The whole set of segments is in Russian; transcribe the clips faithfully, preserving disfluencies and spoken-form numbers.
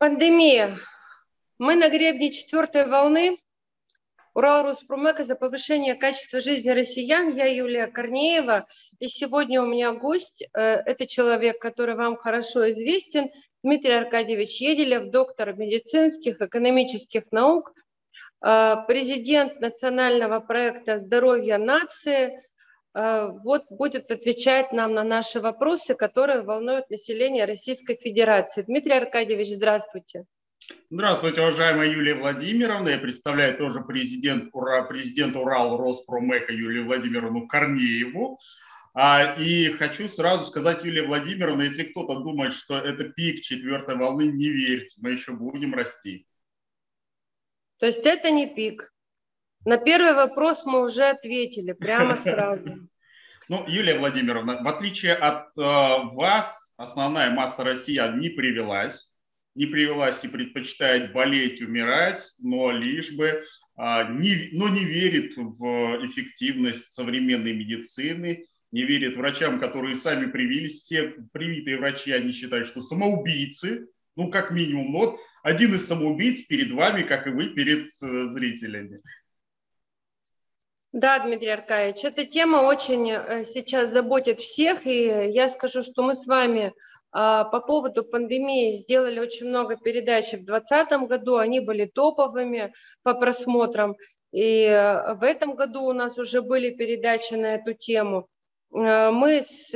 Пандемия. Мы на гребне четвертой волны. Урал Роспромека за повышение качества жизни россиян. Я Юлия Корнеева. И сегодня у меня гость. Это человек, который вам хорошо известен. Дмитрий Аркадьевич Еделев, доктор медицинских, экономических наук, президент национального проекта «Здоровье нации». Вот будет отвечать нам на наши вопросы, которые волнуют население Российской Федерации. Дмитрий Аркадьевич, здравствуйте. Здравствуйте, уважаемая Юлия Владимировна. Я представляю тоже президент, ура, президент Урал Роспромека Юлию Владимировну Корнееву. А, и хочу сразу сказать, Юлия Владимировна, если кто-то думает, что это пик четвертой волны, не верьте, мы еще будем расти. То есть это не пик? На первый вопрос мы уже ответили прямо сразу. Ну, Юлия Владимировна, в отличие от э, вас, основная масса россиян не привелась. Не привелась и предпочитает болеть, умирать, но лишь бы а, не, но не верит в эффективность современной медицины, не верит врачам, которые сами привились. Все привитые врачи, они считают, что самоубийцы, ну, как минимум. Но вот один из самоубийц перед вами, как и вы, перед э, зрителями. Да, Дмитрий Аркадьевич, эта тема очень сейчас заботит всех, и я скажу, что мы с вами по поводу пандемии сделали очень много передач в две тысячи двадцатом году, они были топовыми по просмотрам, и в этом году у нас уже были передачи на эту тему. Мы с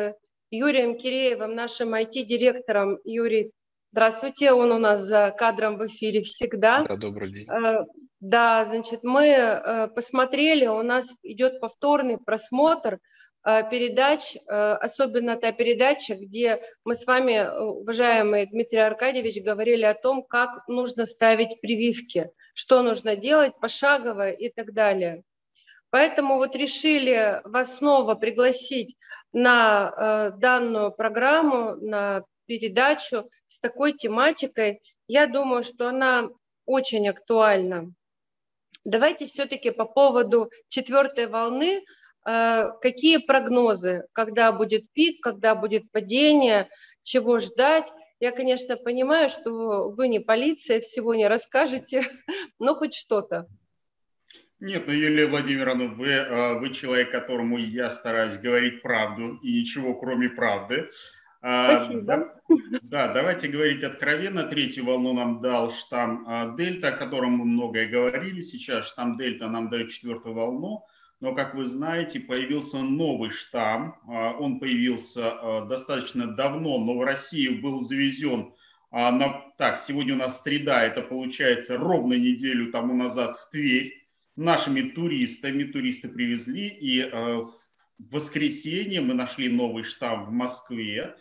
Юрием Киреевым, нашим ай ти-директором, Юрий, здравствуйте, он у нас за кадром в эфире всегда. Да, добрый день. Да, значит, мы посмотрели, у нас идет повторный просмотр передач, особенно та передача, где мы с вами, уважаемый Дмитрий Аркадьевич, говорили о том, как нужно ставить прививки, что нужно делать пошагово и так далее. Поэтому вот решили вас снова пригласить на данную программу, на передачу с такой тематикой. Я думаю, что она очень актуальна. Давайте все-таки по поводу четвертой волны. Какие прогнозы, когда будет пик, когда будет падение, чего ждать? Я, конечно, понимаю, что вы не полиция, всего не расскажете, но хоть что-то. Нет, ну, Юлия Владимировна, вы, вы человек, которому я стараюсь говорить правду и ничего кроме правды. Спасибо. Да, да, давайте говорить откровенно. Третью волну нам дал штамм Дельта, о котором мы многое говорили. Сейчас штамм Дельта нам дает четвертую волну. Но, как вы знаете, появился новый штамм. Он появился достаточно давно, но в Россию был завезен. На... Так, сегодня у нас среда, это получается ровно неделю тому назад в Тверь. Нашими туристами, туристы привезли, и в воскресенье мы нашли новый штамм в Москве.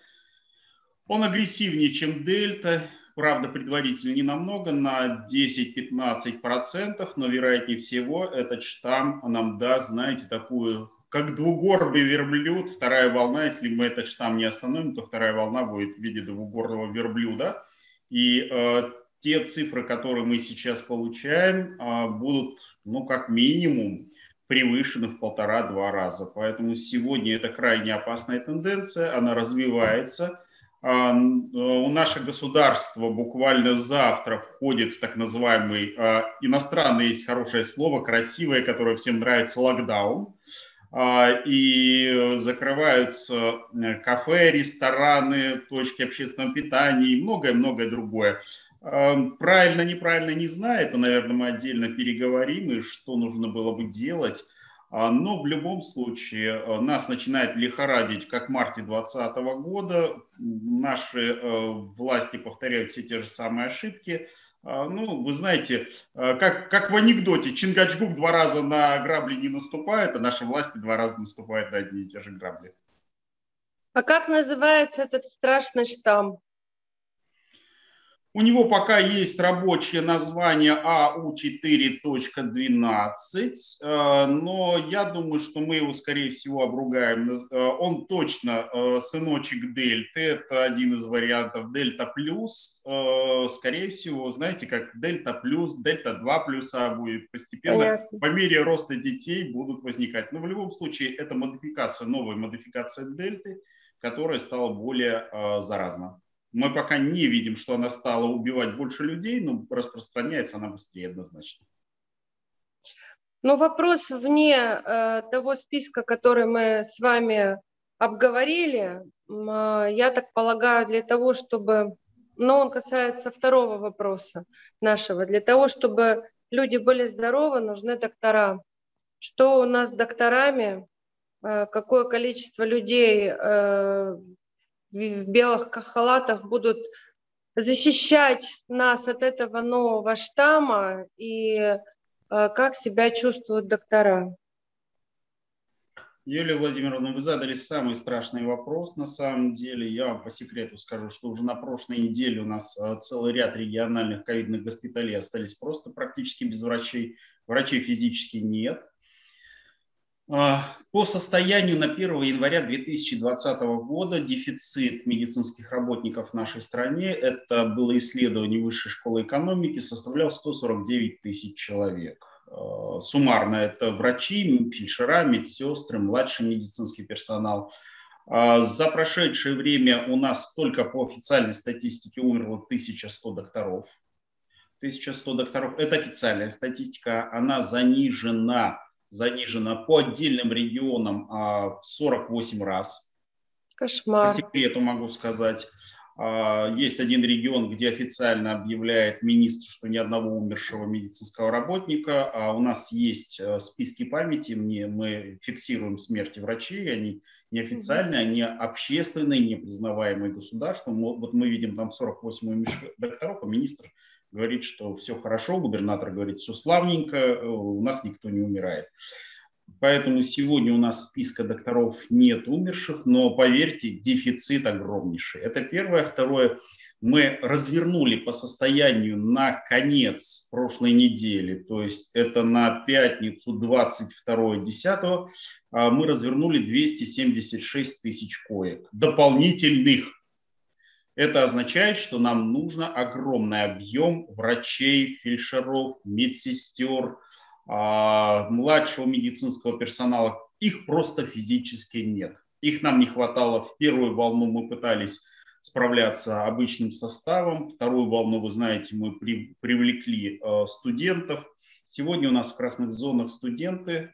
Он агрессивнее, чем Дельта, правда, предварительно не намного, на десять-пятнадцать процентов, но вероятнее всего этот штамм нам даст, знаете, такую, как двугорбый верблюд, вторая волна. Если мы этот штамм не остановим, то вторая волна будет в виде двугорбого верблюда. И э, те цифры, которые мы сейчас получаем, э, будут, ну, как минимум, превышены в полтора-два раза. Поэтому сегодня это крайне опасная тенденция, она развивается. У наше государство буквально завтра входит в так называемый, иностранный есть хорошее слово, красивое, которое всем нравится, локдаун. И закрываются кафе, рестораны, точки общественного питания и многое-многое другое. Правильно, неправильно, не знаю, это, наверное, мы отдельно переговорим, и что нужно было бы делать. Но в любом случае нас начинает лихорадить, как в марте двадцатого года. Наши власти повторяют все те же самые ошибки. Ну, вы знаете, как, как в анекдоте, Чингачгук два раза на грабли не наступает, а наши власти два раза наступают на одни и те же грабли. А как называется этот страшный штамм? У него пока есть рабочее название А У четыре точка двенадцать, но я думаю, что мы его, скорее всего, обругаем. Он точно сыночек Дельты, это один из вариантов. Дельта плюс, скорее всего, знаете, как Дельта плюс, Дельта два плюса будет постепенно. Понятно. По мере роста детей будут возникать. Но в любом случае, это модификация, новая модификация Дельты, которая стала более заразна. Мы пока не видим, что она стала убивать больше людей, но распространяется она быстрее однозначно. Но вопрос вне э, того списка, который мы с вами обговорили, э, я так полагаю, для того, чтобы, но он касается второго вопроса нашего, для того, чтобы люди были здоровы, нужны доктора. Что у нас с докторами, э, какое количество людей э, в белых халатах будут защищать нас от этого нового штамма и как себя чувствуют доктора? Юлия Владимировна, вы задали самый страшный вопрос. На самом деле, я вам по секрету скажу, что уже на прошлой неделе у нас целый ряд региональных ковидных госпиталей остались просто практически без врачей. Врачей физически нет. По состоянию на первое января две тысячи двадцатого года дефицит медицинских работников в нашей стране, это было исследование Высшей школы экономики, составлял сто сорок девять тысяч человек. Суммарно это врачи, фельдшера, медсестры, младший медицинский персонал. За прошедшее время у нас только по официальной статистике умерло тысяча сто докторов. тысяча сто докторов – это официальная статистика, она занижена. занижена по отдельным регионам в сорок восемь раз. Кошмар. По секрету могу сказать. Есть один регион, где официально объявляет министр, что ни одного умершего медицинского работника. А у нас есть списки памяти, мы фиксируем смерти врачей, они неофициальные, они общественные, непризнаваемые государством. Вот мы видим там сорок восемь умерших докторов, а министр говорит, что все хорошо, губернатор говорит, все славненько, у нас никто не умирает. Поэтому сегодня у нас списка докторов нет умерших, но поверьте, дефицит огромнейший. Это первое. Второе, мы развернули по состоянию на конец прошлой недели, то есть это на пятницу двадцать второе десятого, мы развернули двести семьдесят шесть тысяч коек дополнительных. Это означает, что нам нужно огромный объем врачей, фельдшеров, медсестер, младшего медицинского персонала. Их просто физически нет. Их нам не хватало. В первую волну мы пытались справляться обычным составом. Вторую волну, вы знаете, мы при, привлекли студентов. Сегодня у нас в красных зонах студенты.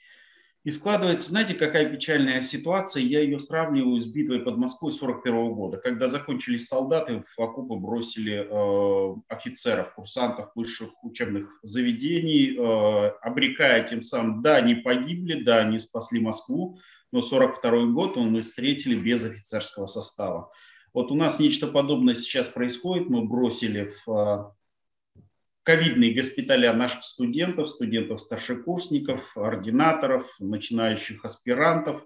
И складывается, знаете, какая печальная ситуация, я ее сравниваю с битвой под Москвой сорок первого года, когда закончились солдаты, в окопы бросили э, офицеров, курсантов высших учебных заведений, э, обрекая тем самым, да, они погибли, да, они спасли Москву, но сорок второй год мы встретили без офицерского состава. Вот у нас нечто подобное сейчас происходит, мы бросили в ковидные госпиталя наших студентов, студентов-старшекурсников, ординаторов, начинающих аспирантов.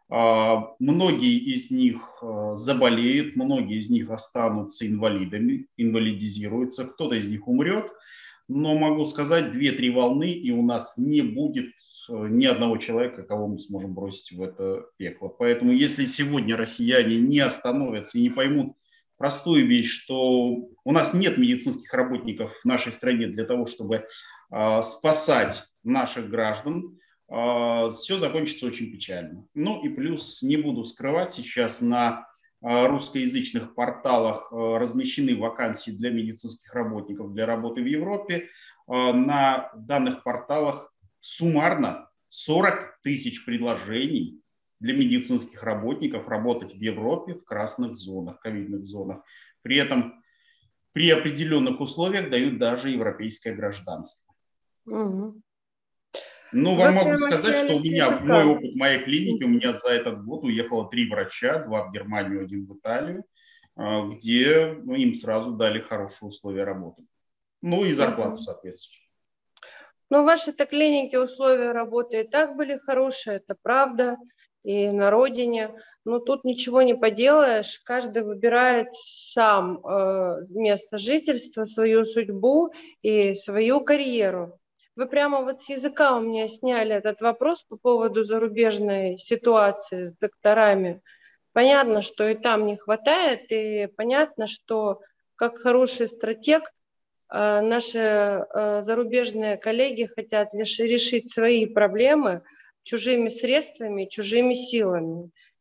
Многие из них заболеют, многие из них останутся инвалидами, инвалидизируются, кто-то из них умрет. Но могу сказать, две-три волны, и у нас не будет ни одного человека, кого мы сможем бросить в это пекло. Поэтому если сегодня россияне не остановятся и не поймут простую вещь, что у нас нет медицинских работников в нашей стране для того, чтобы э, спасать наших граждан, э, все закончится очень печально. Ну и плюс, не буду скрывать, сейчас на э, русскоязычных порталах э, размещены вакансии для медицинских работников для работы в Европе. Э, на данных порталах суммарно сорок тысяч предложений для медицинских работников работать в Европе в красных зонах, ковидных зонах. При этом при определенных условиях дают даже европейское гражданство. Угу. Ну, вам Вы могу сказать, что у меня, языка. Мой опыт моей клиники, у меня за этот год уехало три врача, два в Германию, один в Италию, где им сразу дали хорошие условия работы. Ну и зарплату, угу. соответственно. Но в вашей-то клинике условия работы и так были хорошие, это правда. И на родине, но тут ничего не поделаешь, каждый выбирает сам э, место жительства, свою судьбу и свою карьеру. Вы прямо вот с языка у меня сняли этот вопрос по поводу зарубежной ситуации с докторами. Понятно, что и там не хватает, и понятно, что как хороший стратег э, наши э, зарубежные коллеги хотят лишь решить свои проблемы чужими средствами, чужими силами.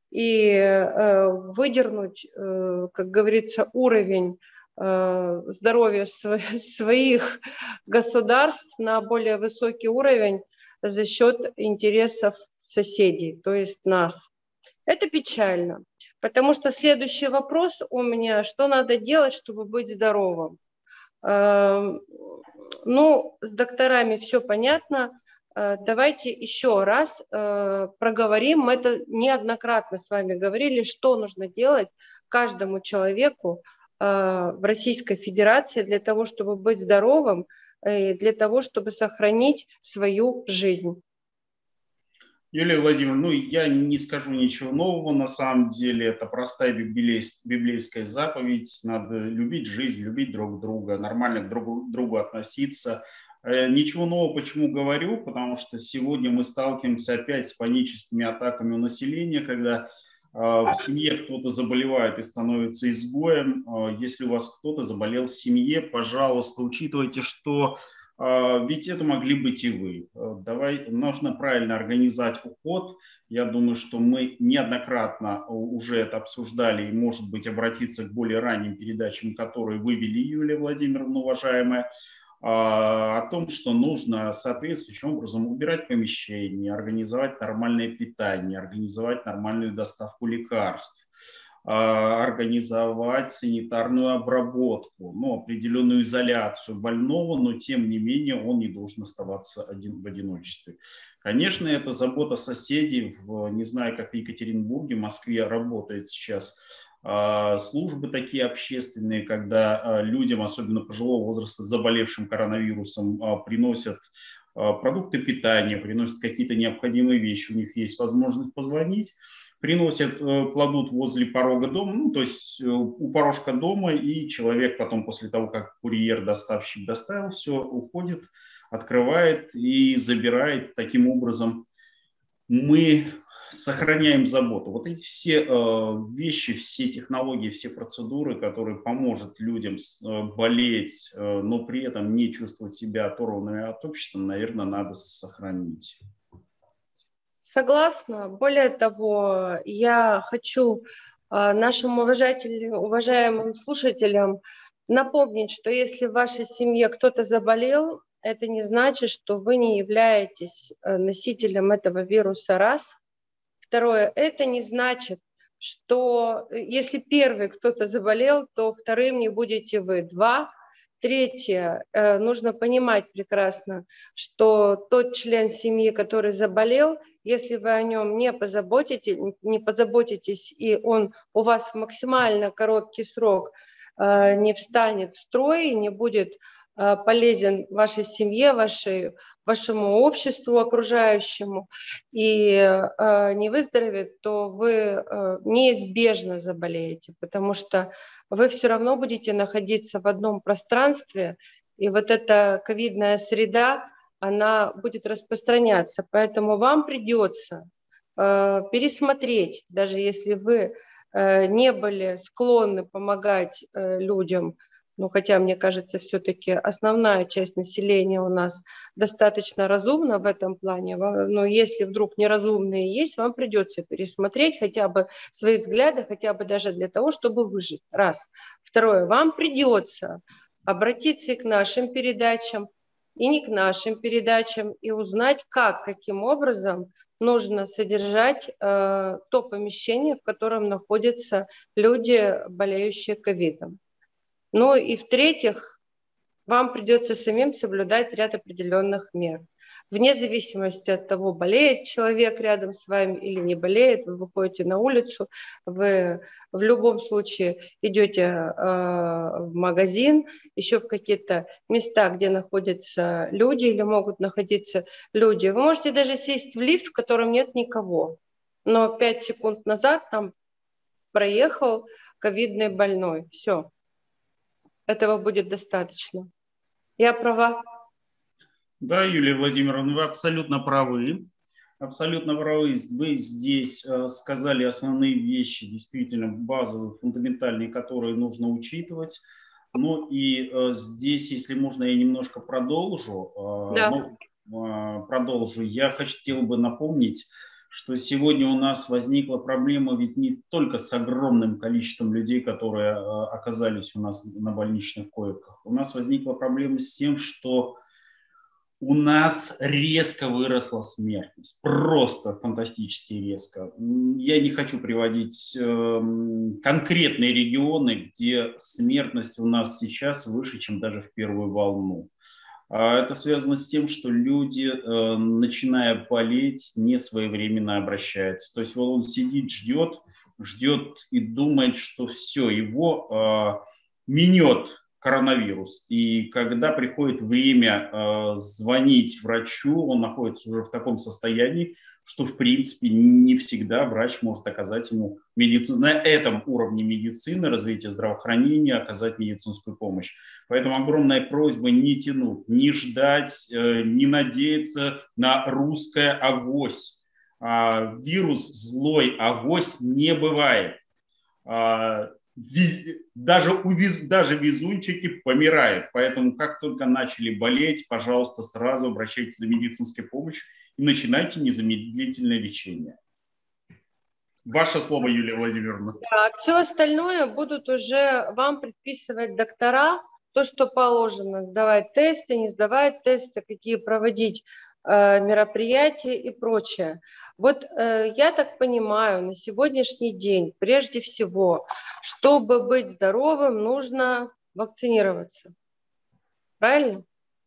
и э, выдернуть, э, как говорится, уровень э, здоровья своих государств на более высокий уровень за счет интересов соседей, то есть нас. Это печально, потому что следующий вопрос у меня, что надо делать, чтобы быть здоровым? Э, ну, с докторами все понятно. Давайте еще раз э, проговорим. Мы это неоднократно с вами говорили, что нужно делать каждому человеку э, в Российской Федерации для того, чтобы быть здоровым, и для того, чтобы сохранить свою жизнь. Юлия Владимировна, ну я не скажу ничего нового, на самом деле это простая библейская заповедь, надо любить жизнь, любить друг друга, нормально к другу, другу относиться. Ничего нового почему говорю, потому что сегодня мы сталкиваемся опять с паническими атаками у населения, когда в семье кто-то заболевает и становится изгоем. Если у вас кто-то заболел в семье, пожалуйста, учитывайте, что ведь это могли быть и вы. Давай, нужно правильно организовать уход. Я думаю, что мы неоднократно уже это обсуждали и, может быть, обратиться к более ранним передачам, которые вывели Юлия Владимировна, уважаемая, о том, что нужно соответствующим образом убирать помещение, организовать нормальное питание, организовать нормальную доставку лекарств, организовать санитарную обработку, ну, определенную изоляцию больного, но тем не менее он не должен оставаться один в одиночестве. Конечно, это забота соседей. В, не знаю, как в Екатеринбурге, Москве работает сейчас службы такие общественные, когда людям, особенно пожилого возраста, заболевшим коронавирусом, приносят продукты питания, приносят какие-то необходимые вещи, у них есть возможность позвонить, приносят, кладут возле порога дома, ну, то есть у порожка дома, и человек потом, после того, как курьер, доставщик доставил, все, уходит, открывает и забирает. Таким образом мы сохраняем заботу. Вот эти все э, вещи, все технологии, все процедуры, которые поможет людям э, болеть, э, но при этом не чувствовать себя оторванными от общества, наверное, надо сохранить. Согласна. Более того, я хочу э, нашим уважаемым слушателям напомнить, что если в вашей семье кто-то заболел, это не значит, что вы не являетесь носителем этого вируса, раз. Второе, это не значит, что если первый кто-то заболел, то вторым не будете вы. Два. Третье, нужно понимать прекрасно, что тот член семьи, который заболел, если вы о нем не позаботитесь, не позаботитесь, и он у вас в максимально короткий срок не встанет в строй, не будет полезен вашей семье, вашей, вашему обществу окружающему и э, не выздоровеет, то вы э, неизбежно заболеете, потому что вы все равно будете находиться в одном пространстве, и вот эта ковидная среда, она будет распространяться. Поэтому вам придется э, пересмотреть, даже если вы э, не были склонны помогать э, людям, ну, хотя, мне кажется, все-таки основная часть населения у нас достаточно разумна в этом плане, но если вдруг неразумные есть, вам придется пересмотреть хотя бы свои взгляды, хотя бы даже для того, чтобы выжить. Раз. Второе, вам придется обратиться и к нашим передачам, и не к нашим передачам, и узнать, как, каким образом нужно содержать э, то помещение, в котором находятся люди, болеющие ковидом. Ну и в-третьих, вам придется самим соблюдать ряд определенных мер. Вне зависимости от того, болеет человек рядом с вами или не болеет, вы выходите на улицу, вы в любом случае идете э, в магазин, еще в какие-то места, где находятся люди или могут находиться люди. Вы можете даже сесть в лифт, в котором нет никого, но пять секунд назад там проехал ковидный больной. Все. Этого будет достаточно. Я права? Да, Юлия Владимировна, вы абсолютно правы. Абсолютно правы. Вы здесь сказали основные вещи, действительно базовые, фундаментальные, которые нужно учитывать. Ну и здесь, если можно, я немножко продолжу. Да. Ну, продолжу. Я хотел бы напомнить, что сегодня у нас возникла проблема ведь не только с огромным количеством людей, которые оказались у нас на больничных койках. У нас возникла проблема с тем, что у нас резко выросла смертность, просто фантастически резко. Я не хочу приводить э, конкретные регионы, где смертность у нас сейчас выше, чем даже в первую волну. Это связано с тем, что люди, э, начиная болеть, не своевременно обращаются. То есть вот он сидит, ждет, ждет и думает, что все, его э, минет коронавирус. И когда приходит время э, звонить врачу, он находится уже в таком состоянии, что в принципе не всегда врач может оказать ему медицину, на этом уровне медицины, развития здравоохранения, оказать медицинскую помощь. Поэтому огромная просьба не тянуть, не ждать, э, не надеяться на русское авось. А, вирус злой, авось не бывает. А, Даже, у вез, даже везунчики помирают. Поэтому как только начали болеть, пожалуйста, сразу обращайтесь за медицинской помощью и начинайте незамедлительное лечение. Ваше слово, Юлия Владимировна. Да, все остальное будут уже вам предписывать доктора, то, что положено, сдавать тесты, не сдавать тесты, какие проводить э, мероприятия и прочее. Вот э, я так понимаю, на сегодняшний день, прежде всего, чтобы быть здоровым, нужно вакцинироваться. Правильно?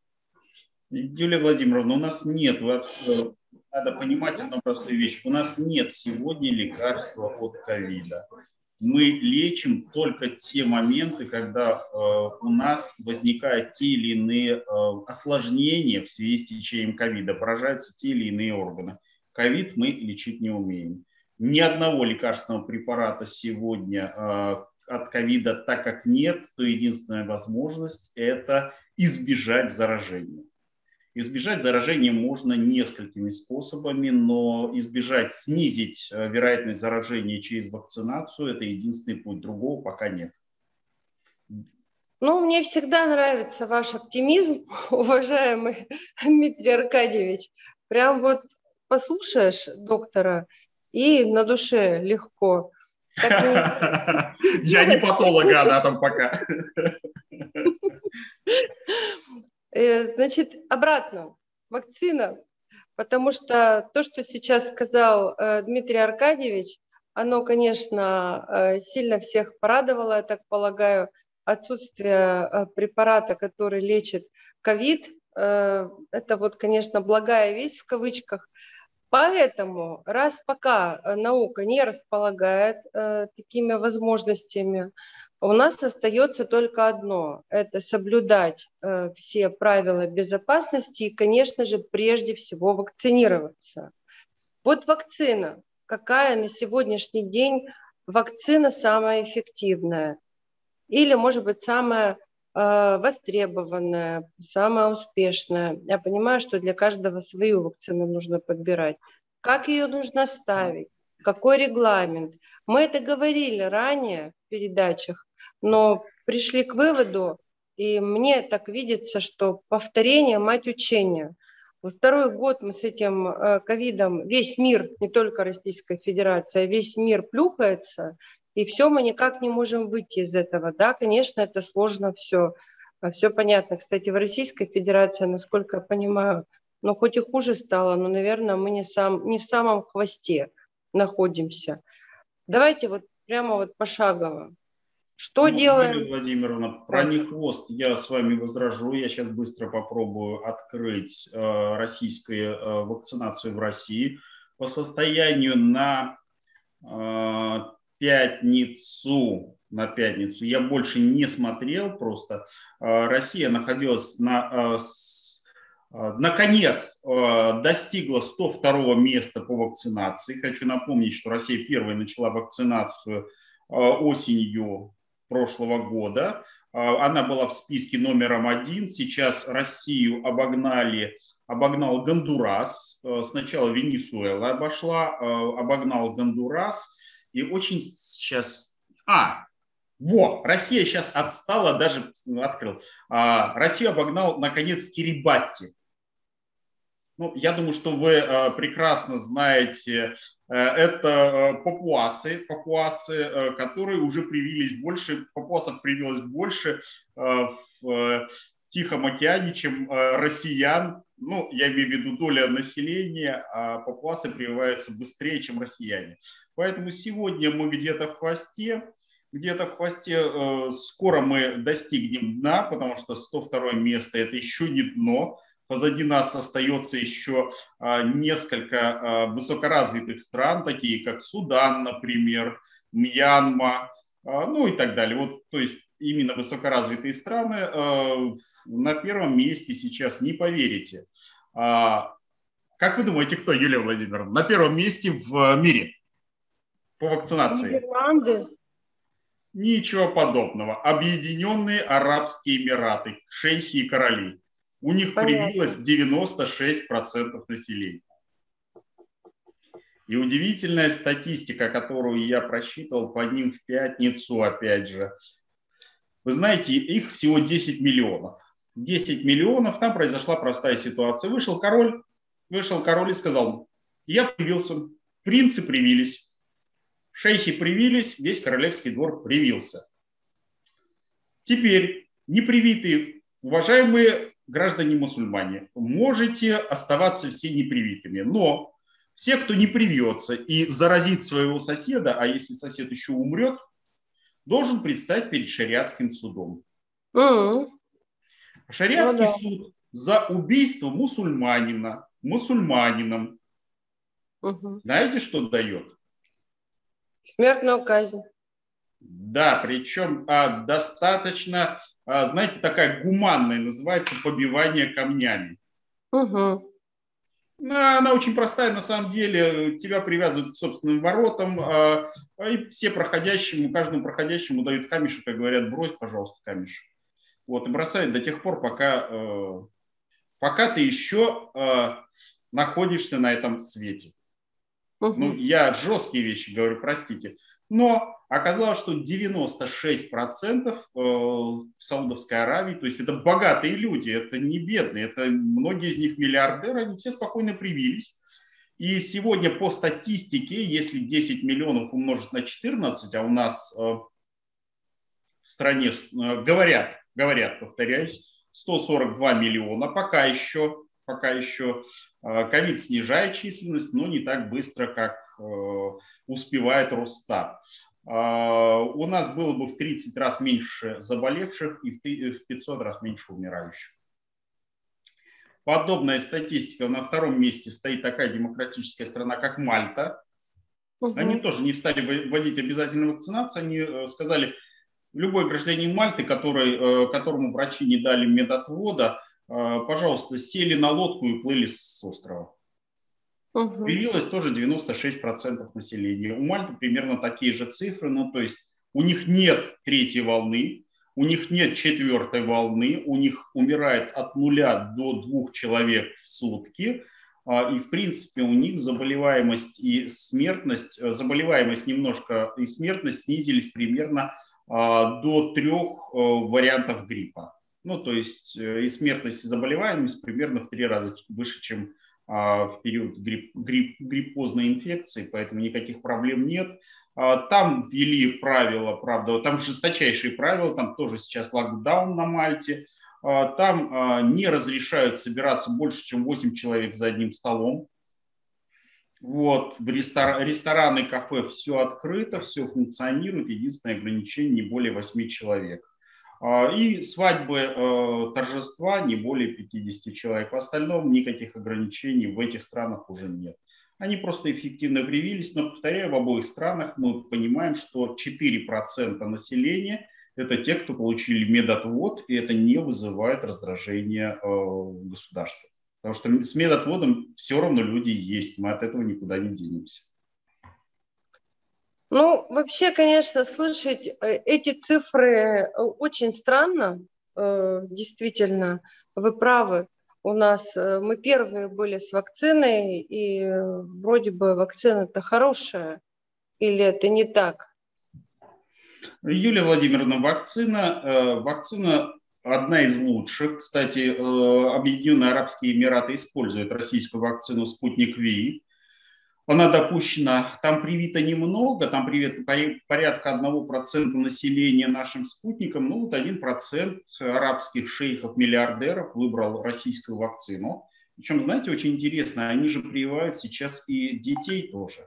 Юлия Владимировна, у нас нет, надо понимать одну простую вещь, у нас нет сегодня лекарства от ковида. Мы лечим только те моменты, когда э, у нас возникают те или иные э, осложнения в связи с течением ковида, поражаются те или иные органы. Ковид мы лечить не умеем. Ни одного лекарственного препарата сегодня э, от ковида, так как нет, то единственная возможность – это избежать заражения. Избежать заражения можно несколькими способами, но избежать, снизить вероятность заражения через вакцинацию – это единственный путь. Другого пока нет. Ну, мне всегда нравится ваш оптимизм, уважаемый Дмитрий Аркадьевич. Прям вот послушаешь доктора, и на душе легко. Я не патолог, да, там пока. Значит, обратно, вакцина, потому что то, что сейчас сказал Дмитрий Аркадьевич, оно, конечно, сильно всех порадовало, я так полагаю, отсутствие препарата, который лечит ковид, это вот, конечно, благая весть в кавычках. Поэтому, раз пока наука не располагает такими возможностями, у нас остается только одно – это соблюдать э, все правила безопасности и, конечно же, прежде всего вакцинироваться. Вот вакцина. Какая на сегодняшний день вакцина самая эффективная? Или, может быть, самая э, востребованная, самая успешная? Я понимаю, что для каждого свою вакцину нужно подбирать. Как ее нужно ставить? Какой регламент? Мы это говорили ранее в передачах, но пришли к выводу, и мне так видится, что повторение – мать учения. Во второй год мы с этим ковидом, весь мир, не только Российская Федерация, весь мир плюхается, и все, мы никак не можем выйти из этого. Да, конечно, это сложно все, все понятно. Кстати, в Российской Федерации, насколько я понимаю, ну, хоть и хуже стало, но, наверное, мы не, сам, не в самом хвосте находимся. Давайте вот прямо вот пошагово. Что ну, делаем? Юлия Владимировна, про не хвост я с вами возражу. Я сейчас быстро попробую открыть э, российскую э, вакцинацию в России. По состоянию на э, пятницу, на пятницу, я больше не смотрел просто. Э, Россия находилась на... Э, с, наконец достигла сто второго места по вакцинации. Хочу напомнить, что Россия первой начала вакцинацию осенью прошлого года. Она была в списке номером один. Сейчас Россию обогнали, обогнал Гондурас. Сначала Венесуэла обошла, обогнал Гондурас. И очень сейчас... А, во, Россия сейчас отстала, даже открыл. Россию обогнал, наконец, Кирибати. Ну, я думаю, что вы э, прекрасно знаете, э, это э, папуасы, папуасы, э, которые уже привились больше, папуасов привилось больше э, в э, Тихом океане, чем э, россиян. Ну, я имею в виду доля населения, а папуасы прививаются быстрее, чем россияне. Поэтому сегодня мы где-то в хвосте, где-то в хвосте, э, скоро мы достигнем дна, потому что сто второе место – это еще не дно. Позади нас остается еще а, несколько а, высокоразвитых стран, такие как Судан, например, Мьянма, а, ну и так далее. Вот, то есть именно высокоразвитые страны а, на первом месте сейчас, не поверите. А, как вы думаете, кто, Юлия Владимировна, на первом месте в мире по вакцинации? Нидерланды. Ничего подобного. Объединенные Арабские Эмираты, шейхи и короли. У них Понятно. привилось девяносто шесть процентов населения. И удивительная статистика, которую я просчитывал по ним в пятницу, опять же. Вы знаете, их всего десять миллионов. десять миллионов, там произошла простая ситуация. Вышел король, вышел король и сказал: я привился, принцы привились, шейхи привились, весь королевский двор привился. Теперь непривитые, уважаемые граждане-мусульмане, можете оставаться все непривитыми, но все, кто не привьется и заразит своего соседа, а если сосед еще умрет, должен предстать перед шариатским судом. Mm-hmm. Шариатский ну, да. суд за убийство мусульманина мусульманином, Угу. знаете, что дает? Смертную казнь. Да, причем а, достаточно, а, знаете, такая гуманная, называется побивание камнями. Угу. Она очень простая, на самом деле. Тебя привязывают к собственным воротам, а, и все проходящему, каждому проходящему дают камешек и говорят: брось, пожалуйста, камешек. Вот, и бросают до тех пор, пока, пока ты еще находишься на этом свете. Угу. Ну, я жесткие вещи говорю, простите. Но оказалось, что девяносто шесть процентов в Саудовской Аравии, то есть это богатые люди, это не бедные, это многие из них миллиардеры, они все спокойно привились. И сегодня по статистике, если десять миллионов умножить на четырнадцать, а у нас в стране говорят, говорят, повторяюсь, сто сорок два миллиона, пока еще, пока еще ковид снижает численность, но не так быстро, как успевает Росстат. У нас было бы в тридцать раз меньше заболевших и в пятьсот раз меньше умирающих. Подобная статистика. На втором месте стоит такая демократическая страна, как Мальта. Угу. Они тоже не стали вводить обязательную вакцинацию. Они сказали: любой гражданин Мальты, который, которому врачи не дали медотвода, пожалуйста, сели на лодку и плыли с острова. Угу. Привилось тоже девяносто шесть процентов населения. У Мальты примерно такие же цифры. Ну, то есть у них нет третьей волны, у них нет четвертой волны, у них умирает от нуля до двух человек в сутки. И, в принципе, у них заболеваемость и смертность, заболеваемость немножко и смертность снизились примерно до трех вариантов гриппа. Ну, то есть и смертность, и заболеваемость примерно в три раза выше, чем в период грипп, грипп, гриппозной инфекции, поэтому никаких проблем нет. Там ввели правила, правда, там жесточайшие правила, там тоже сейчас локдаун на Мальте. Там не разрешают собираться больше, чем восемь человек за одним столом. Вот, в рестор... рестораны, кафе, все открыто, все функционирует. Единственное ограничение — не более восьми человек. И свадьбы, торжества не более пятидесяти человек. В остальном никаких ограничений в этих странах уже нет. Они просто эффективно привились, но, повторяю, в обоих странах мы понимаем, что четыре процента населения – это те, кто получили медотвод, и это не вызывает раздражения государства. Потому что с медотводом все равно люди есть, мы от этого никуда не денемся. Ну, вообще, конечно, слышать эти цифры очень странно, действительно, вы правы. У нас мы первые были с вакциной, и вроде бы вакцина-то хорошая, или это не так? Юлия Владимировна, вакцина, вакцина одна из лучших. Кстати, Объединенные Арабские Эмираты используют российскую вакцину «Спутник Ви». Она допущена, там привито немного, там привито порядка одного процента населения нашим спутником, ну вот один процент арабских шейхов-миллиардеров выбрал российскую вакцину. Причем, знаете, очень интересно, они же прививают сейчас и детей тоже.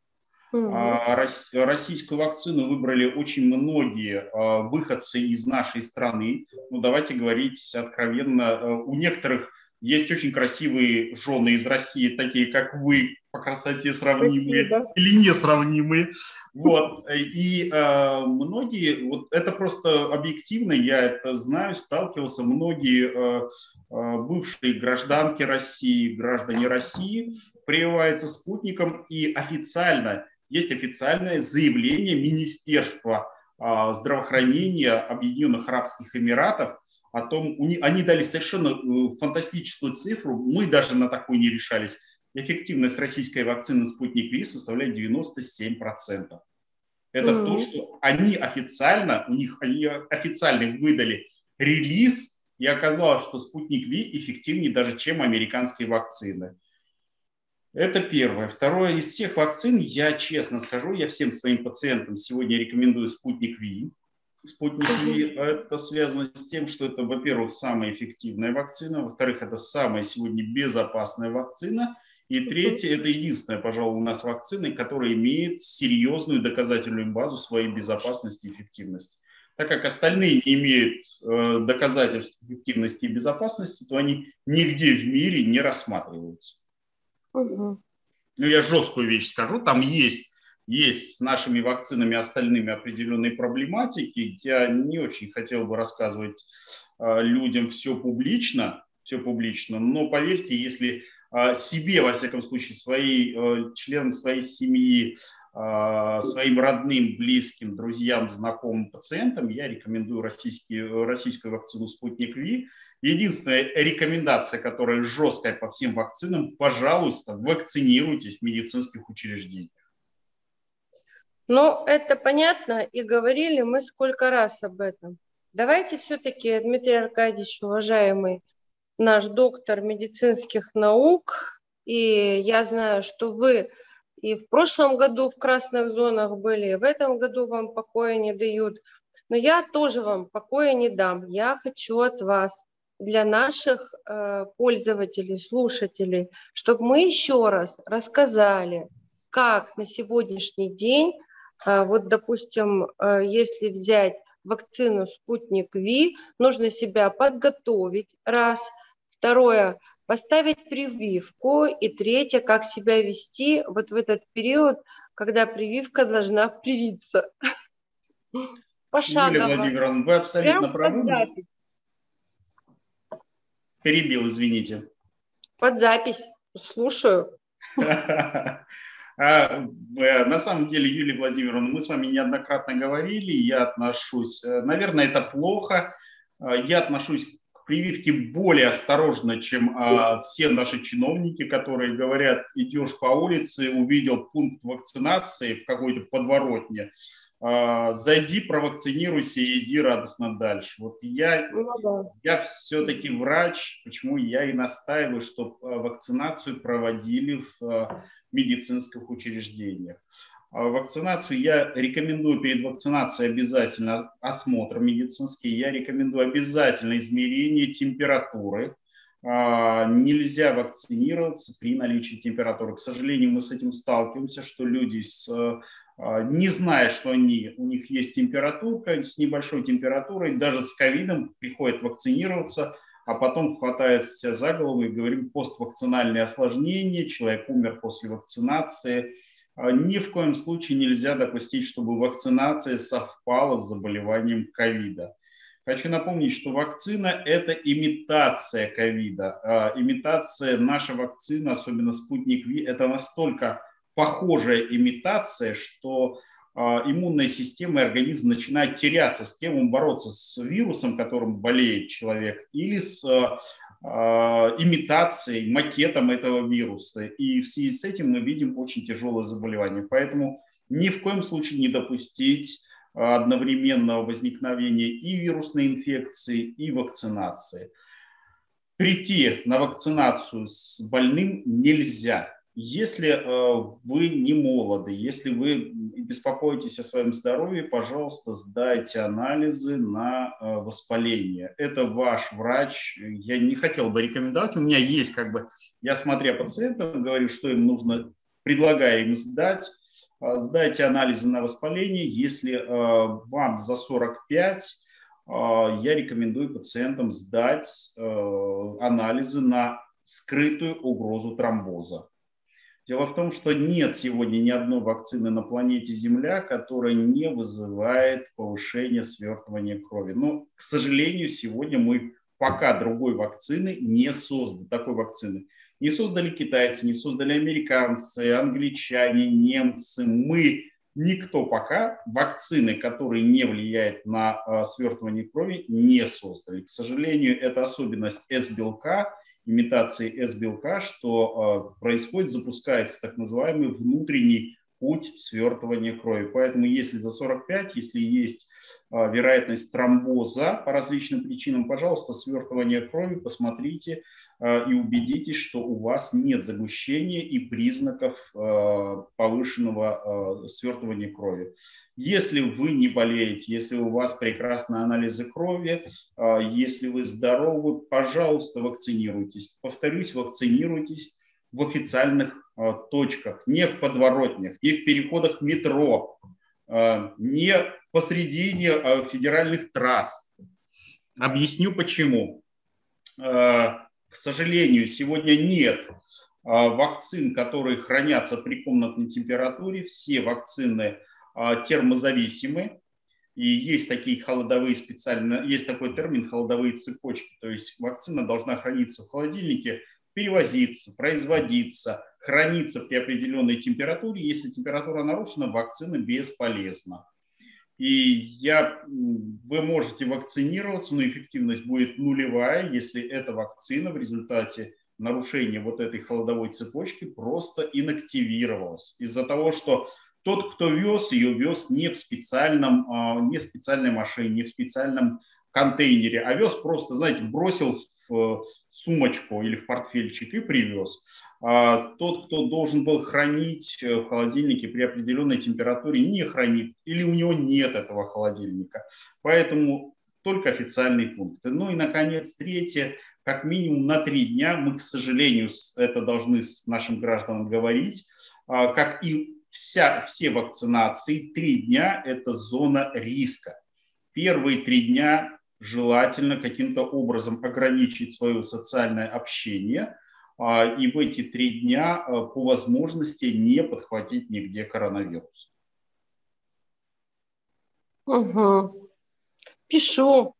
Mm-hmm. Российскую вакцину выбрали очень многие выходцы из нашей страны. Ну, давайте говорить откровенно, у некоторых есть очень красивые жены из России, такие как вы, по красоте сравнимые. Спасибо. Или несравнимые. Вот. И э, многие, вот это просто объективно, я это знаю, сталкивался, многие э, э, бывшие гражданки России, граждане России прививаются спутником, и официально, есть официальное заявление Министерства э, здравоохранения Объединенных Арабских Эмиратов о том, они дали совершенно фантастическую цифру, мы даже на такую не решались. Эффективность российской вакцины «Спутник Ви» составляет девяносто семь процентов. Это mm-hmm. то, что они официально, у них они официально выдали релиз, и оказалось, что «Спутник Ви» эффективнее даже, чем американские вакцины. Это первое. Второе, из всех вакцин, я честно скажу, я всем своим пациентам сегодня рекомендую «Спутник Ви». «Спутник Ви» – это связано с тем, что это, во-первых, самая эффективная вакцина, во-вторых, это самая сегодня безопасная вакцина, и третье, это единственная, пожалуй, у нас вакцина, которая имеет серьезную доказательную базу своей безопасности и эффективности. Так как остальные не имеют э, доказательств эффективности и безопасности, то они нигде в мире не рассматриваются. Угу. Ну, я жесткую вещь скажу, там есть, есть с нашими вакцинами остальными определенные проблематики. Я не очень хотел бы рассказывать э, людям все публично, все публично, но поверьте, если себе, во всяком случае, свои, членам своей семьи, своим родным, близким, друзьям, знакомым, пациентам я рекомендую российскую вакцину «Спутник Ви». Единственная рекомендация, которая жесткая по всем вакцинам, пожалуйста, вакцинируйтесь в медицинских учреждениях. Ну, это понятно, и говорили мы сколько раз об этом. Давайте все-таки, Дмитрий Аркадьевич, уважаемый, наш доктор медицинских наук, и я знаю, что вы и в прошлом году в красных зонах были, и в этом году вам покоя не дают, но я тоже вам покоя не дам. Я хочу от вас, для наших э, пользователей, слушателей, чтобы мы еще раз рассказали, как на сегодняшний день, э, вот, допустим, э, если взять вакцину «Спутник Ви», нужно себя подготовить, раз. Второе, поставить прививку. И третье, как себя вести вот в этот период, когда прививка должна привиться. Пошагово. Юлия Владимировна, вы абсолютно правы. Перебил, извините. Под запись. Слушаю. На самом деле, Юлия Владимировна, мы с вами неоднократно говорили, я отношусь, наверное, это плохо, я отношусь к прививке более осторожно, чем все наши чиновники, которые говорят, идешь по улице, увидел пункт вакцинации в какой-то подворотне, зайди, провакцинируйся и иди радостно дальше. Вот я, я все-таки врач, почему я и настаиваю, чтобы вакцинацию проводили в медицинских учреждениях. Вакцинацию я рекомендую перед вакцинацией обязательно осмотр медицинский, я рекомендую обязательно измерение температуры. Нельзя вакцинироваться при наличии температуры. К сожалению, мы с этим сталкиваемся, что люди с не зная, что они, у них есть температура, с небольшой температурой, даже с ковидом приходят вакцинироваться, а потом хватается за голову и говорим поствакцинальные осложнения, человек умер после вакцинации. Ни в коем случае нельзя допустить, чтобы вакцинация совпала с заболеванием ковида. Хочу напомнить, что вакцина – это имитация ковида. Имитация, наша вакцина, особенно «Спутник Ви», это настолько похожая имитация, что э, иммунная система и организм начинают теряться, с кем он бороться, с вирусом, которым болеет человек, или с э, имитацией, макетом этого вируса. И в связи с этим мы видим очень тяжелое заболевание. Поэтому ни в коем случае не допустить одновременного возникновения и вирусной инфекции, и вакцинации. Прийти на вакцинацию с больным нельзя. Если вы не молоды, если вы беспокоитесь о своем здоровье, пожалуйста, сдайте анализы на воспаление. Это ваш врач. Я не хотел бы рекомендовать. У меня есть, как бы, я смотря пациентам, говорю, что им нужно, предлагаю им сдать. Сдайте анализы на воспаление. Если вам за сорок пять, я рекомендую пациентам сдать анализы на скрытую угрозу тромбоза. Дело в том, что нет сегодня ни одной вакцины на планете Земля, которая не вызывает повышения свертывания крови. Но, к сожалению, сегодня мы пока другой вакцины не создали. Такой вакцины не создали китайцы, не создали американцы, англичане, немцы. Мы, никто пока вакцины, которые не влияют на э, свертывание крови, не создали. К сожалению, это особенность эс-белка, имитации эс-белка, что э, происходит, запускается так называемый внутренний путь свертывания крови. Поэтому если за сорок пять, если есть э, вероятность тромбоза по различным причинам, пожалуйста, свертывание крови, посмотрите э, и убедитесь, что у вас нет загущения и признаков э, повышенного э, свертывания крови. Если вы не болеете, если у вас прекрасные анализы крови, если вы здоровы, пожалуйста, вакцинируйтесь. Повторюсь, вакцинируйтесь в официальных точках, не в подворотнях, не в переходах метро, не посредине федеральных трасс. Объясню почему. К сожалению, сегодня нет вакцин, которые хранятся при комнатной температуре. Все вакцины термозависимы, и есть такие холодовые специально, есть такой термин холодовые цепочки, то есть вакцина должна храниться в холодильнике, перевозиться, производиться, храниться при определенной температуре. Если температура нарушена, вакцина бесполезна. И я, вы можете вакцинироваться, но эффективность будет нулевая, если эта вакцина в результате нарушения вот этой холодовой цепочки просто инактивировалась. Из-за того, что тот, кто вез, ее вез не в специальном, не в специальной машине, не в специальном контейнере, а вез просто, знаете, бросил в сумочку или в портфельчик и привез. Тот, кто должен был хранить в холодильнике при определенной температуре, не хранит или у него нет этого холодильника. Поэтому только официальные пункты. Ну и, наконец, третье. Как минимум на три дня мы, к сожалению, это должны с нашим гражданам говорить, как и Вся, все вакцинации, три дня – это зона риска. Первые три дня желательно каким-то образом ограничить свое социальное общение и в эти три дня по возможности не подхватить нигде коронавирус. Угу. Пишу.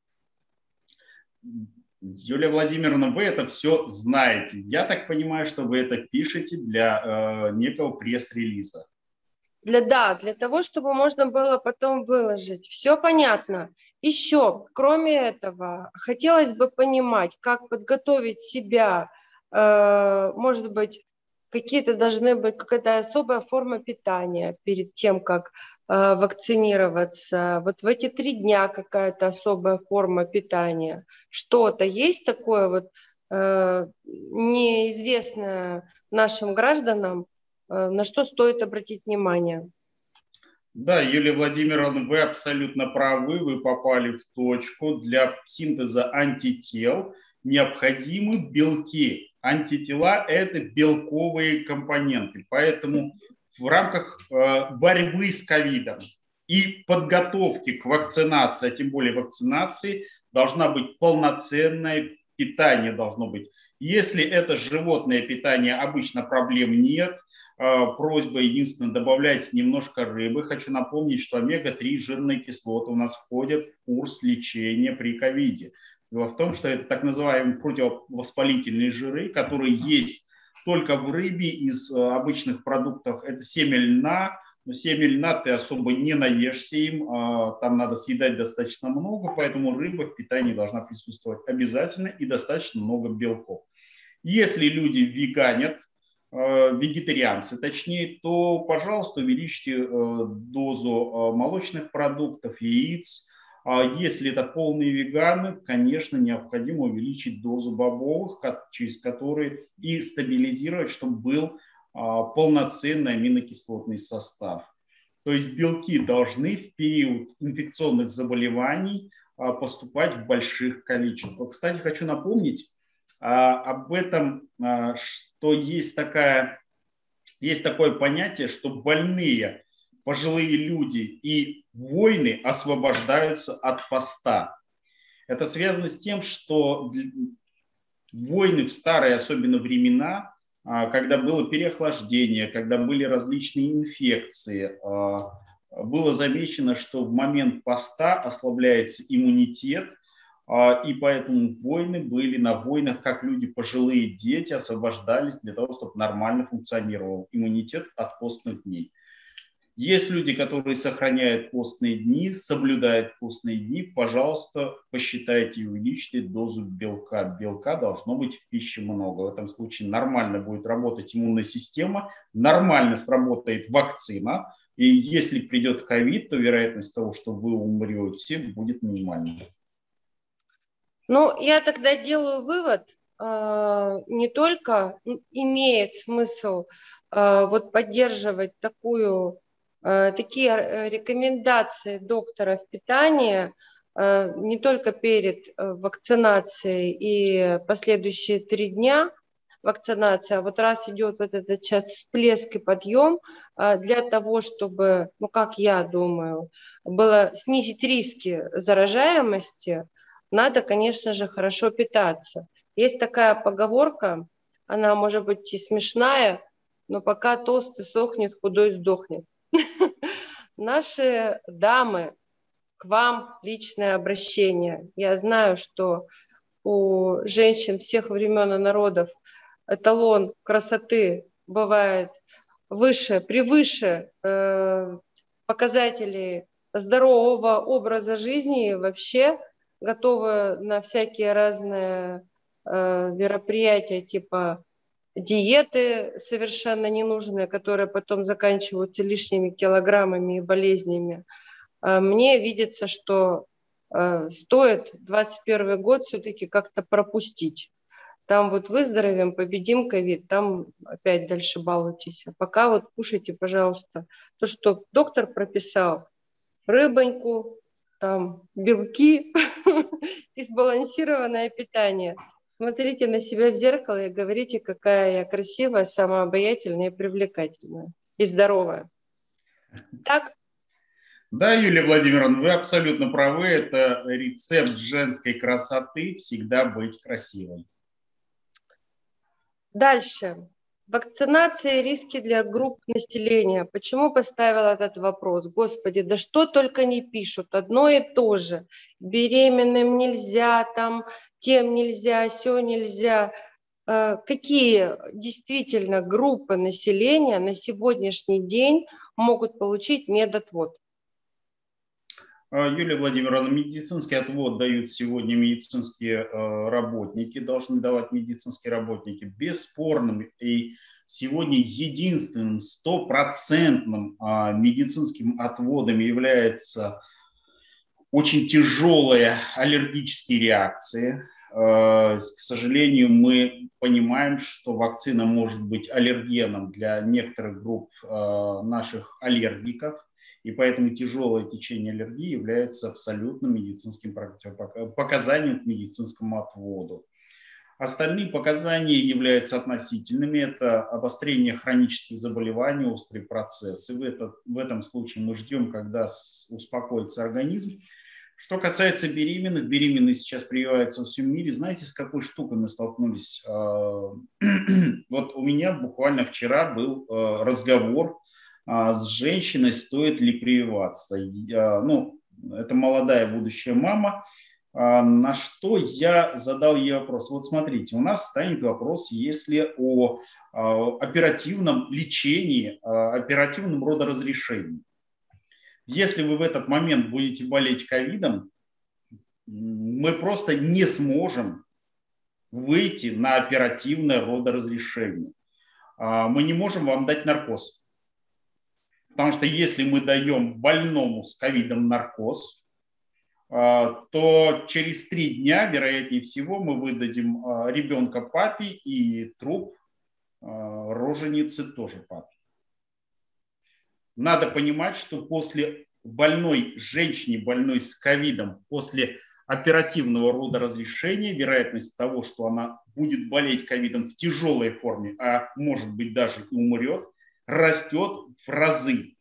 Юлия Владимировна, вы это все знаете. Я так понимаю, что вы это пишете для э, некого пресс-релиза. Для, да, для того, чтобы можно было потом выложить. Все понятно. Еще, кроме этого, хотелось бы понимать, как подготовить себя. Э, может быть, какие-то должны быть, какая-то особая форма питания перед тем, как э, вакцинироваться. Вот в эти три дня какая-то особая форма питания. Что-то есть такое вот э, неизвестное нашим гражданам, э, на что стоит обратить внимание? Да, Юлия Владимировна, вы абсолютно правы, вы попали в точку. Для синтеза антител необходимы белки. Антитела – это белковые компоненты, поэтому в рамках э, борьбы с ковидом и подготовки к вакцинации, а тем более вакцинации, должна быть полноценное питание должно быть. Если это животное питание, обычно проблем нет. Э, просьба единственное добавлять немножко рыбы. Хочу напомнить, что омега три жирные кислоты у нас входят в курс лечения при ковиде. Дело в том, что это так называемые противовоспалительные жиры, которые есть только в рыбе из обычных продуктов. Это семя льна, но семя льна ты особо не наешься им, там надо съедать достаточно много, поэтому рыба в питании должна присутствовать обязательно и достаточно много белков. Если люди веганят, вегетарианцы, точнее, то, пожалуйста, увеличьте дозу молочных продуктов, яиц. Если это полные веганы, конечно, необходимо увеличить дозу бобовых, через которые и стабилизировать, чтобы был полноценный аминокислотный состав. То есть белки должны в период инфекционных заболеваний поступать в больших количествах. Кстати, хочу напомнить об этом, что есть, такая, есть такое понятие, что больные пожилые люди и воины освобождаются от поста. Это связано с тем, что воины в старые особенно времена, когда было переохлаждение, когда были различные инфекции, было замечено, что в момент поста ослабляется иммунитет, и поэтому воины были на войнах, как люди, пожилые дети, освобождались для того, чтобы нормально функционировал иммунитет от постных дней. Есть люди, которые сохраняют постные дни, соблюдают постные дни. Пожалуйста, посчитайте и увеличьте дозу белка. Белка должно быть в пище много. В этом случае нормально будет работать иммунная система, нормально сработает вакцина. И если придет ковид, то вероятность того, что вы умрете, будет минимальной. Ну, я тогда делаю вывод, не только имеет смысл вот поддерживать такую, такие рекомендации доктора в питании, не только перед вакцинацией и последующие три дня вакцинации, а вот раз идет вот этот сейчас всплеск и подъем, для того, чтобы, ну, как я думаю, было снизить риски заражаемости, надо, конечно же, хорошо питаться. Есть такая поговорка, она может быть и смешная, но пока толстый сохнет, худой сдохнет. Наши дамы, к вам личное обращение. Я знаю, что у женщин всех времен и народов эталон красоты бывает выше, превыше э, показателей здорового образа жизни и вообще готовы на всякие разные э, мероприятия типа диеты совершенно ненужные, которые потом заканчиваются лишними килограммами и болезнями. Э, мне видится, что э, стоит двадцать первый год все-таки как-то пропустить. Там вот выздоровеем, победим ковид, там опять дальше балуйтесь. А пока вот кушайте, пожалуйста, то, что доктор прописал, рыбоньку, там, белки и сбалансированное питание. Смотрите на себя в зеркало и говорите, какая я красивая, самообаятельная и привлекательная, и здоровая. Так? Да, Юлия Владимировна, вы абсолютно правы. Это рецепт женской красоты — всегда быть красивой. Дальше. Вакцинация и риски для групп населения. Почему поставил этот вопрос? Господи, да что только не пишут, одно и то же. Беременным нельзя, там, тем нельзя, сё нельзя. Какие действительно группы населения на сегодняшний день могут получить медотвод? Юлия Владимировна, медицинский отвод дают сегодня медицинские работники, должны давать медицинские работники. Бесспорным и сегодня единственным стопроцентным медицинским отводом является очень тяжелые аллергические реакции. К сожалению, мы понимаем, что вакцина может быть аллергеном для некоторых групп наших аллергиков. И поэтому тяжелое течение аллергии является абсолютным медицинским показанием к медицинскому отводу. Остальные показания являются относительными. Это обострение хронических заболеваний, острые процессы. В, этот, в этом случае мы ждем, когда успокоится организм. Что касается беременных, беременные сейчас прививаются во всем мире. Знаете, с какой штукой мы столкнулись? Вот у меня буквально вчера был разговор с женщиной, стоит ли прививаться. Я, ну, это молодая будущая мама, на что я задал ей вопрос. Вот смотрите, у нас встанет вопрос, если о оперативном лечении, оперативном родоразрешении. Если вы в этот момент будете болеть ковидом, мы просто не сможем выйти на оперативное родоразрешение. мы не можем вам дать наркоз. Потому что если мы даем больному с ковидом наркоз, то через три дня, вероятнее всего, мы выдадим ребенка папе и труп роженицы тоже папе. Надо понимать, что после больной женщине, больной с ковидом, после оперативного рода разрешения, вероятность того, что она будет болеть ковидом в тяжелой форме, а может быть даже и умрет, растет в разы.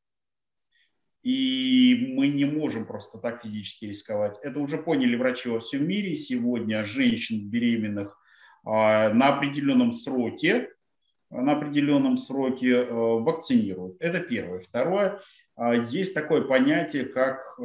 И мы не можем просто так физически рисковать. Это уже поняли врачи во всем мире. Сегодня женщин беременных на определенном сроке, на определенном сроке вакцинируют. Это первое. Второе. Есть такое понятие, как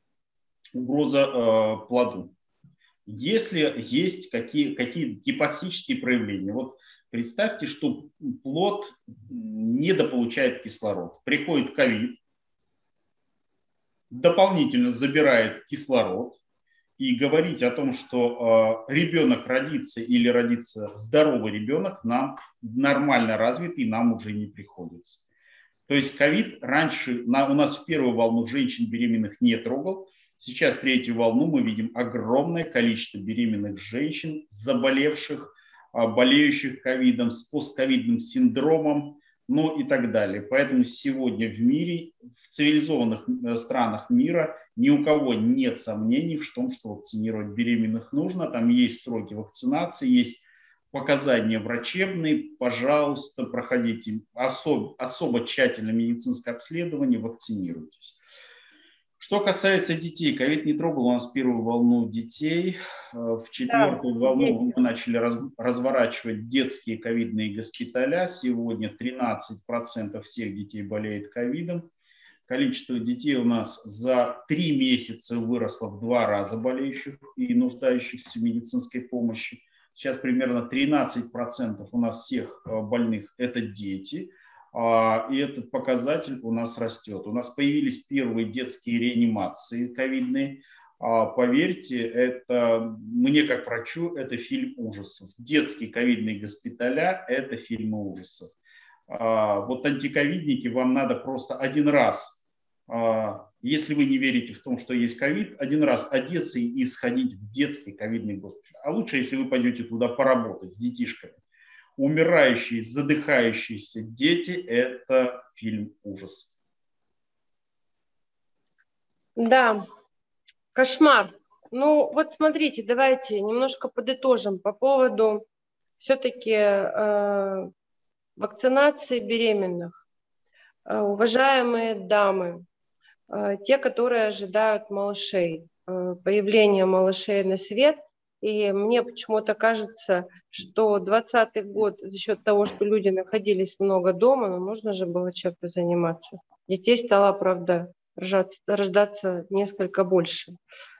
угроза плоду. Если есть какие, какие гипоксические проявления, вот представьте, что плод недополучает кислород. Приходит ковид, дополнительно забирает кислород, и говорить о том, что э, ребенок родится или родится здоровый ребенок, нам нормально развитый, нам уже не приходится. То есть ковид раньше на, у нас в первую волну женщин беременных не трогал. Сейчас третью волну мы видим огромное количество беременных женщин, заболевших, э, болеющих ковидом, с постковидным синдромом, ну и так далее. Поэтому сегодня в мире, в цивилизованных странах мира, ни у кого нет сомнений в том, что вакцинировать беременных нужно. Там есть сроки вакцинации, есть показания врачебные. Пожалуйста, проходите особо, особо тщательное медицинское обследование, вакцинируйтесь. Что касается детей, ковид не трогал у нас первую волну детей. В четвертую да, волну мы начали раз, разворачивать детские ковидные госпиталя. Сегодня тринадцать процентов всех детей болеет ковидом. Количество детей у нас за три месяца выросло в два раза болеющих и нуждающихся в медицинской помощи. Сейчас примерно тринадцать процентов у нас всех больных – это дети. И этот показатель у нас растет. У нас появились первые детские реанимации ковидные. Поверьте, это мне как врачу это фильм ужасов. Детские ковидные госпиталя – это фильмы ужасов. Вот антиковидники, вам надо просто один раз, если вы не верите в том, что есть ковид, один раз одеться и сходить в детский ковидный госпиталь. А лучше, если вы пойдете туда поработать с детишками. Умирающие, задыхающиеся дети – это фильм ужасов. Да, кошмар. Ну вот смотрите, давайте немножко подытожим по поводу все-таки э, вакцинации беременных. Э, уважаемые дамы, э, те, которые ожидают малышей, э, появления малышей на свет, и мне почему-то кажется, что двадцатый год за счет того, что люди находились много дома, ну, нужно же было чем-то заниматься. Детей стало, правда, рожаться, рождаться несколько больше.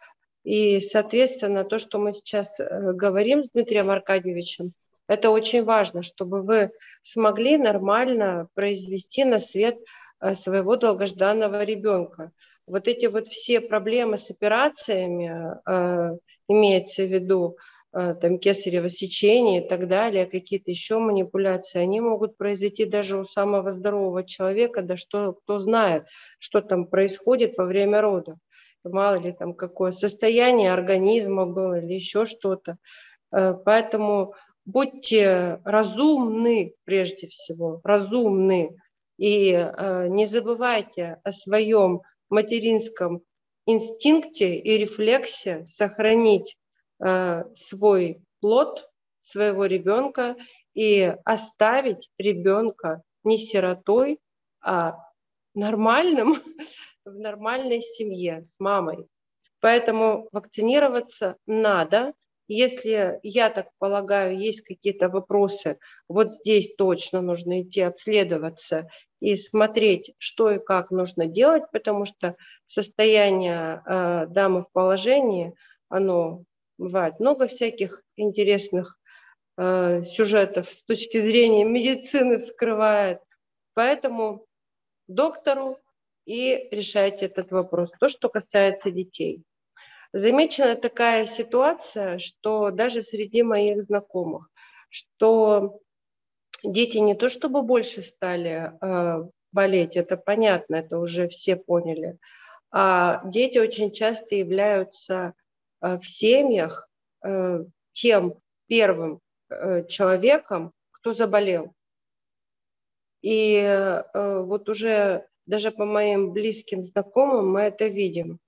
И, соответственно, то, что мы сейчас говорим с Дмитрием Аркадьевичем, это очень важно, чтобы вы смогли нормально произвести на свет своего долгожданного ребенка. Вот эти вот все проблемы с операциями, э, имеется в виду э, там кесарево сечение и так далее, какие-то еще манипуляции, они могут произойти даже у самого здорового человека, да что, кто знает, что там происходит во время родов. Мало ли там какое состояние организма было или еще что-то. Э, поэтому будьте разумны прежде всего, разумны. И э, не забывайте о своем материнском инстинкте и рефлексе сохранить э, свой плод, своего ребенка и оставить ребенка не сиротой, а нормальным, в нормальной семье с мамой. Поэтому вакцинироваться надо. Если, я так полагаю, есть какие-то вопросы, вот здесь точно нужно идти обследоваться и смотреть, что и как нужно делать, потому что состояние э, дамы в положении, оно бывает много всяких интересных э, сюжетов с точки зрения медицины вскрывает. Поэтому доктору и решайте этот вопрос. То, что касается детей. Замечена такая ситуация, что даже среди моих знакомых, что дети не то чтобы больше стали э, болеть, это понятно, это уже все поняли, а дети очень часто являются э, в семьях э, тем первым э, человеком, кто заболел. И э, вот уже даже по моим близким знакомым мы это видим.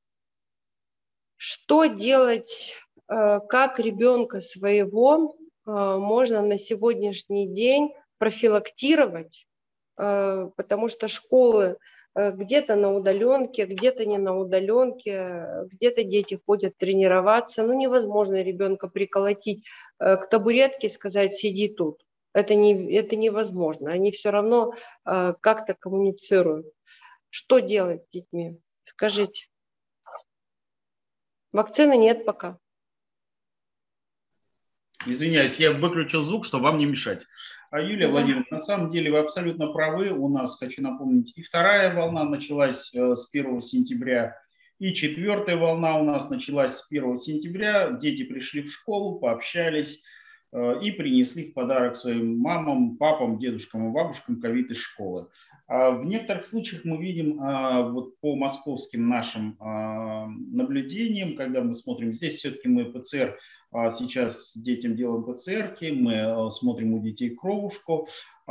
Что делать, э, как ребенка своего э, можно на сегодняшний день профилактировать, э, потому что школы э, где-то на удаленке, где-то не на удаленке, где-то дети ходят тренироваться. Ну, невозможно ребенка приколотить э, к табуретке и сказать «сиди тут». Это, не, это невозможно. Они все равно э, как-то коммуницируют. Что делать с детьми? Скажите. Вакцины нет пока. Извиняюсь, я выключил звук, чтобы вам не мешать. А, Юлия Да. Владимировна, на самом деле вы абсолютно правы. У нас, хочу напомнить, и вторая волна началась э, с первого сентября, и четвертая волна у нас началась с первого сентября. Дети пришли в школу, пообщались э, и принесли в подарок своим мамам, папам, дедушкам и бабушкам ковид из школы. А в некоторых случаях мы видим а, вот по московским нашим а, наблюдениям, когда мы смотрим, здесь все-таки мы ПЦР сейчас детям делаем ПЦРки, мы смотрим у детей кровушку.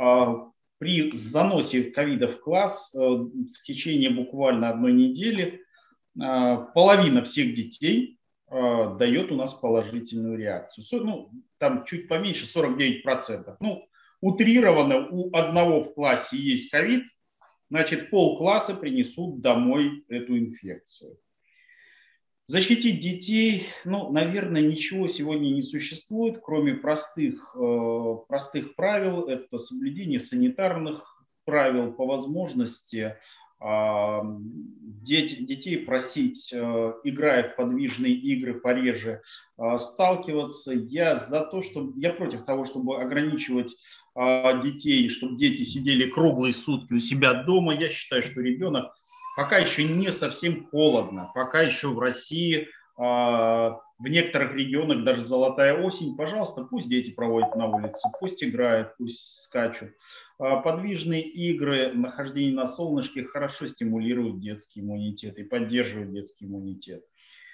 При заносе ковида в класс в течение буквально одной недели половина всех детей дает у нас положительную реакцию. Ну, там чуть поменьше, сорок девять процентов. Ну, утрированно у одного в классе есть ковид, значит, полкласса принесут домой эту инфекцию. Защитить детей, ну, наверное, ничего сегодня не существует, кроме простых, э, простых правил. Это соблюдение санитарных правил, по возможности э, деть, детей просить, э, играя в подвижные игры, пореже э, сталкиваться. Я за то, что я против того, чтобы ограничивать э, детей, чтобы дети сидели круглые сутки у себя дома. Я считаю, что ребенок пока еще не совсем холодно, пока еще в России, в некоторых регионах даже золотая осень, пожалуйста, пусть дети проводят на улице, пусть играют, пусть скачут. Подвижные игры, нахождение на солнышке хорошо стимулируют детский иммунитет и поддерживают детский иммунитет.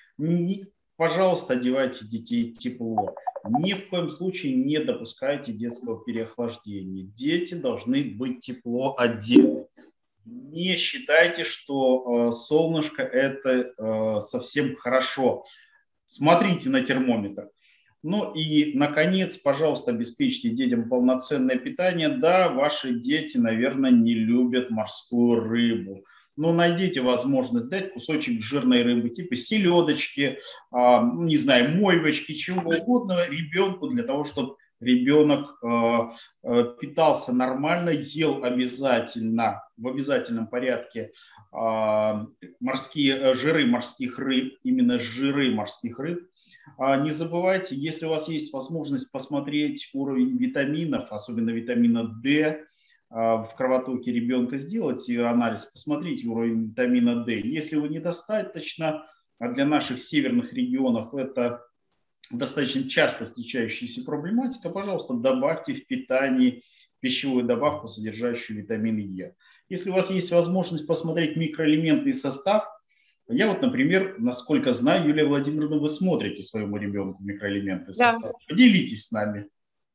Пожалуйста, одевайте детей тепло. Ни в коем случае не допускайте детского переохлаждения. Дети должны быть тепло одеты. Не считайте, что э, солнышко это э, совсем хорошо. Смотрите на термометр. Ну и, наконец, пожалуйста, обеспечьте детям полноценное питание. Да, ваши дети, наверное, не любят морскую рыбу. Но найдите возможность дать кусочек жирной рыбы, типа селедочки, э, не знаю, мойвочки, чего угодно ребенку для того, чтобы ребенок э, э, питался нормально, ел обязательно, в обязательном порядке э, морские жиры морских рыб, именно жиры морских рыб. А не забывайте, если у вас есть возможность посмотреть уровень витаминов, особенно витамина D э, в кровотоке ребенка, сделать анализ, посмотрите уровень витамина D. Если его недостаточно, а для наших северных регионов это достаточно часто встречающаяся проблематика, пожалуйста, добавьте в питании пищевую добавку, содержащую витамин Е. Если у вас есть возможность посмотреть микроэлементы и состав, я вот, например, насколько знаю, Юлия Владимировна, вы смотрите своему ребенку микроэлементы и состав. Да. Поделитесь с нами.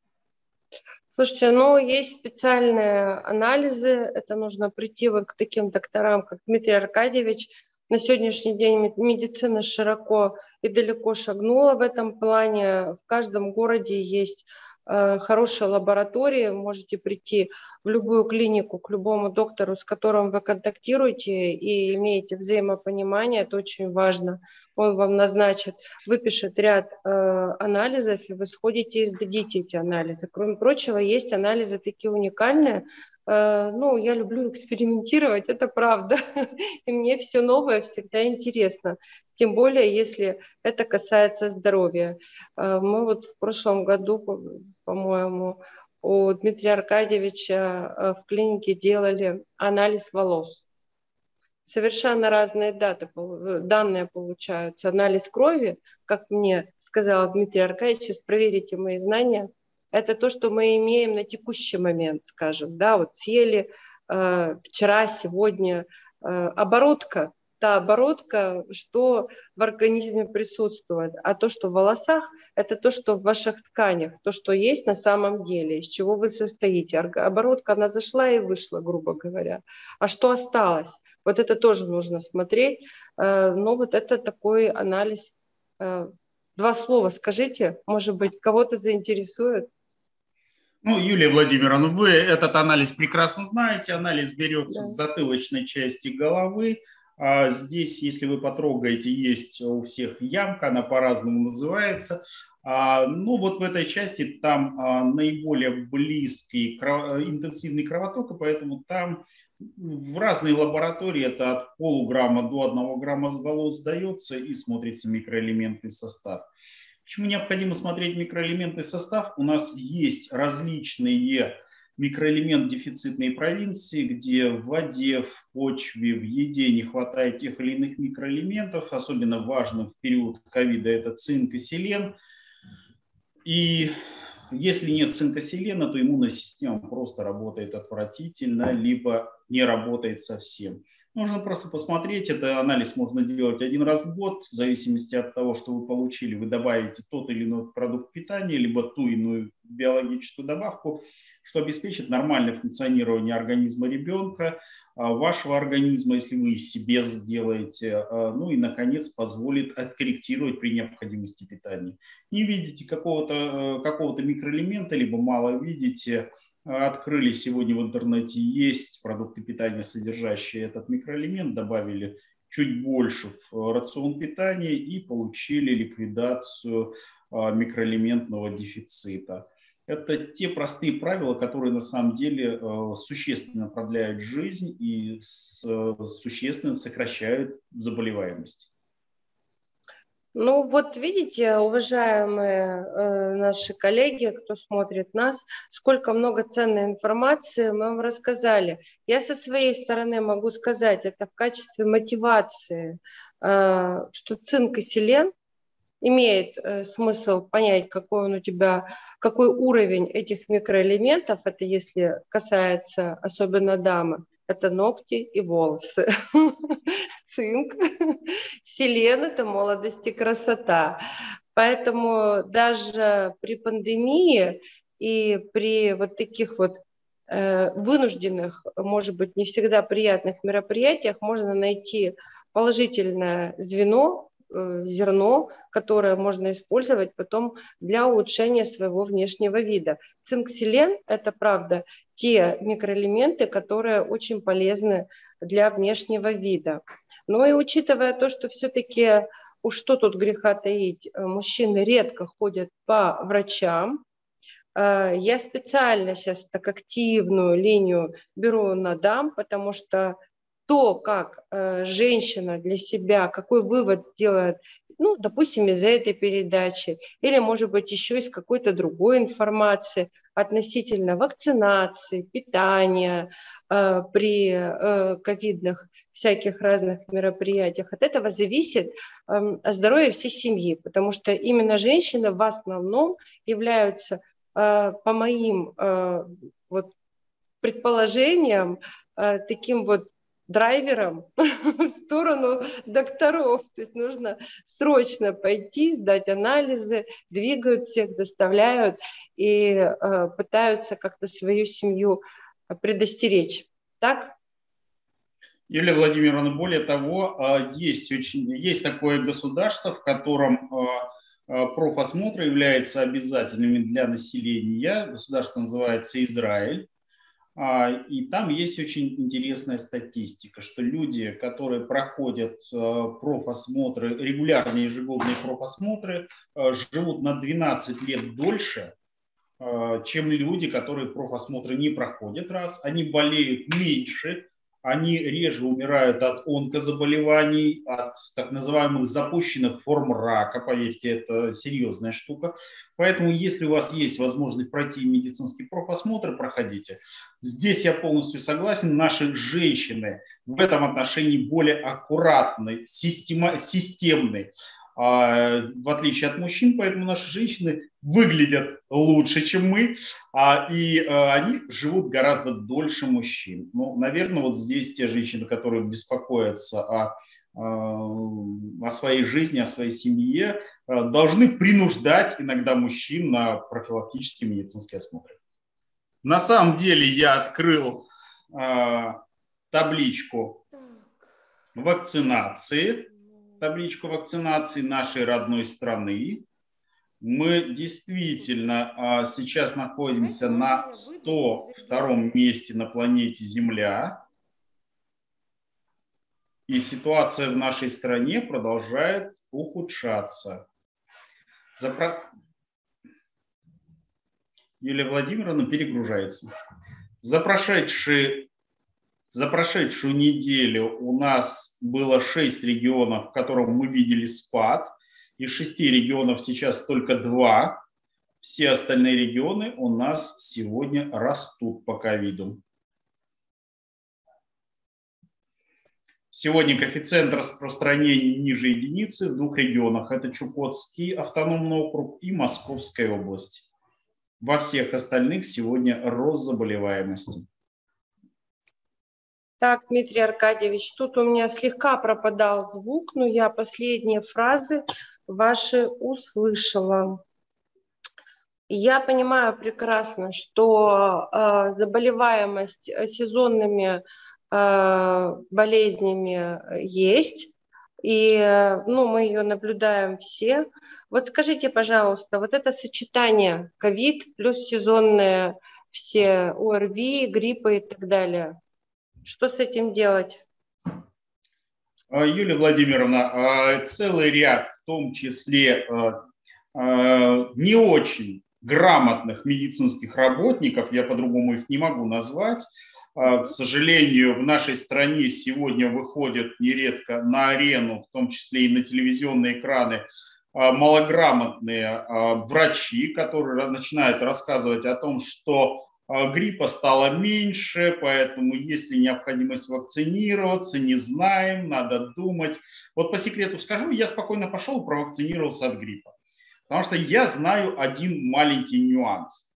Слушайте, ну, есть специальные анализы, это нужно прийти вот к таким докторам, как Дмитрий Аркадьевич. На сегодняшний день медицина широко и далеко шагнула в этом плане. В каждом городе есть э, хорошие лаборатории, можете прийти в любую клинику, к любому доктору, с которым вы контактируете и имеете взаимопонимание, это очень важно. Он вам назначит, выпишет ряд э, анализов, и вы сходите и сдадите эти анализы. Кроме прочего, есть анализы такие уникальные. Э, ну, я люблю экспериментировать, это правда. И мне все новое всегда интересно. Тем более, если это касается здоровья. Э, мы вот в прошлом году, по-моему, у Дмитрия Аркадьевича э, в клинике делали анализ волос. Совершенно разные даты, данные получаются. Анализ крови, как мне сказал Дмитрий Аркадьевич, сейчас проверите мои знания. это то, что мы имеем на текущий момент, скажем, да, вот съели э, вчера, сегодня, э, оборотка, та оборотка, что в организме присутствует, а то, что в волосах, это то, что в ваших тканях, то, что есть на самом деле, из чего вы состоите. Оборотка, она зашла и вышла, грубо говоря. А что осталось? Вот это тоже нужно смотреть. Но вот это такой анализ. Два слова скажите, может быть, кого-то заинтересует? Ну, Юлия Владимировна, вы этот анализ прекрасно знаете. Анализ берется Да. с затылочной части головы. А здесь, если вы потрогаете, есть у всех ямка, она по-разному называется. А, ну, вот в этой части там а, наиболее близкий кров... интенсивный кровоток, и поэтому там в разные лаборатории это от полуграмма до одного грамма с волос сдается и смотрится микроэлементный состав. Почему необходимо смотреть микроэлементный состав? У нас есть различные микроэлемент-дефицитные провинции, где в воде, в почве, в еде не хватает тех или иных микроэлементов. Особенно важно в период ковида это цинк и селен. И если нет цинка селена, то иммунная система просто работает отвратительно, либо не работает совсем. Нужно просто посмотреть, это анализ можно делать один раз в год, в зависимости от того, что вы получили, вы добавите тот или иной продукт питания, либо ту иную биологическую добавку, что обеспечит нормальное функционирование организма ребенка, вашего организма, если вы себе сделаете, ну и, наконец, позволит откорректировать при необходимости питания. Не видите какого-то какого-то микроэлемента, либо мало видите, открыли сегодня в интернете, есть продукты питания, содержащие этот микроэлемент, добавили чуть больше в рацион питания и получили ликвидацию микроэлементного дефицита. Это те простые правила, которые на самом деле существенно продляют жизнь и существенно сокращают заболеваемость. Ну вот видите, уважаемые э, наши коллеги, кто смотрит нас, сколько много ценной информации мы вам рассказали. Я со своей стороны могу сказать, это в качестве мотивации, э, что цинк и селен имеет э, смысл понять, какой он у тебя, какой уровень этих микроэлементов, это если касается особенно дамы, это ногти и волосы. Цинк, селен – это молодость и красота. Поэтому даже при пандемии и при вот таких вот э, вынужденных, может быть, не всегда приятных мероприятиях можно найти положительное звено, э, зерно, которое можно использовать потом для улучшения своего внешнего вида. Цинк-селен – это, правда, те микроэлементы, которые очень полезны для внешнего вида. Но и учитывая то, что все-таки, уж что тут греха таить, мужчины редко ходят по врачам, я специально сейчас так активную линию беру на дам, потому что то, как женщина для себя, какой вывод сделает, ну, допустим, из этой передачи, или, может быть, еще из какой-то другой информации относительно вакцинации, питания э, при э, ковидных всяких разных мероприятиях. От этого зависит э, здоровье всей семьи, потому что именно женщины в основном являются, э, по моим э, вот, предположениям, э, таким вот драйвером в сторону докторов. То есть нужно срочно пойти, сдать анализы, двигают всех, заставляют и э, пытаются как-то свою семью предостеречь. Так? Юлия Владимировна, более того, есть, очень, есть такое государство, в котором профосмотр является обязательным для населения. Государство называется Израиль. И там есть очень интересная статистика, что люди, которые проходят профосмотры, регулярные ежегодные профосмотры, живут на двенадцать лет дольше, чем люди, которые профосмотры не проходят раз. Они болеют меньше, они реже умирают от онкозаболеваний, от так называемых запущенных форм рака. Поверьте, это серьезная штука. Поэтому, если у вас есть возможность пройти медицинский профосмотр, проходите. Здесь я полностью согласен. Наши женщины в этом отношении более аккуратны, система, системны. в отличие от мужчин, поэтому наши женщины выглядят лучше, чем мы, и они живут гораздо дольше мужчин. Ну, наверное, вот здесь те женщины, которые беспокоятся о, о своей жизни, о своей семье, должны принуждать иногда мужчин на профилактические медицинские осмотры. На самом деле я открыл табличку вакцинации, табличку вакцинации нашей родной страны. Мы действительно сейчас находимся на сто втором месте на планете Земля. И ситуация в нашей стране продолжает ухудшаться. За... Юлия Владимировна перегружается. За прошедшие За прошедшую неделю у нас было шесть регионов, в которых мы видели спад. Из шести регионов сейчас только два. Все остальные регионы у нас сегодня растут по ковиду. Сегодня коэффициент распространения ниже единицы в двух регионах. Это Чукотский автономный округ и Московская область. Во всех остальных сегодня рост заболеваемости. Так, Дмитрий Аркадьевич, тут у меня слегка пропадал звук, но я последние фразы ваши услышала. Я понимаю прекрасно, что э, заболеваемость сезонными э, болезнями есть, и э, ну, мы ее наблюдаем все. Вот скажите, пожалуйста, вот это сочетание ковид плюс сезонные все ОРВИ, гриппы и так далее, что с этим делать? Юлия Владимировна, целый ряд, в том числе не очень грамотных медицинских работников, я по-другому их не могу назвать, к сожалению, в нашей стране сегодня выходят нередко на арену, в том числе и на телевизионные экраны, малограмотные врачи, которые начинают рассказывать о том, что гриппа стало меньше, поэтому есть ли необходимость вакцинироваться, не знаем, надо думать. Вот по секрету скажу, я спокойно пошел и провакцинировался от гриппа. Потому что я знаю один маленький нюанс.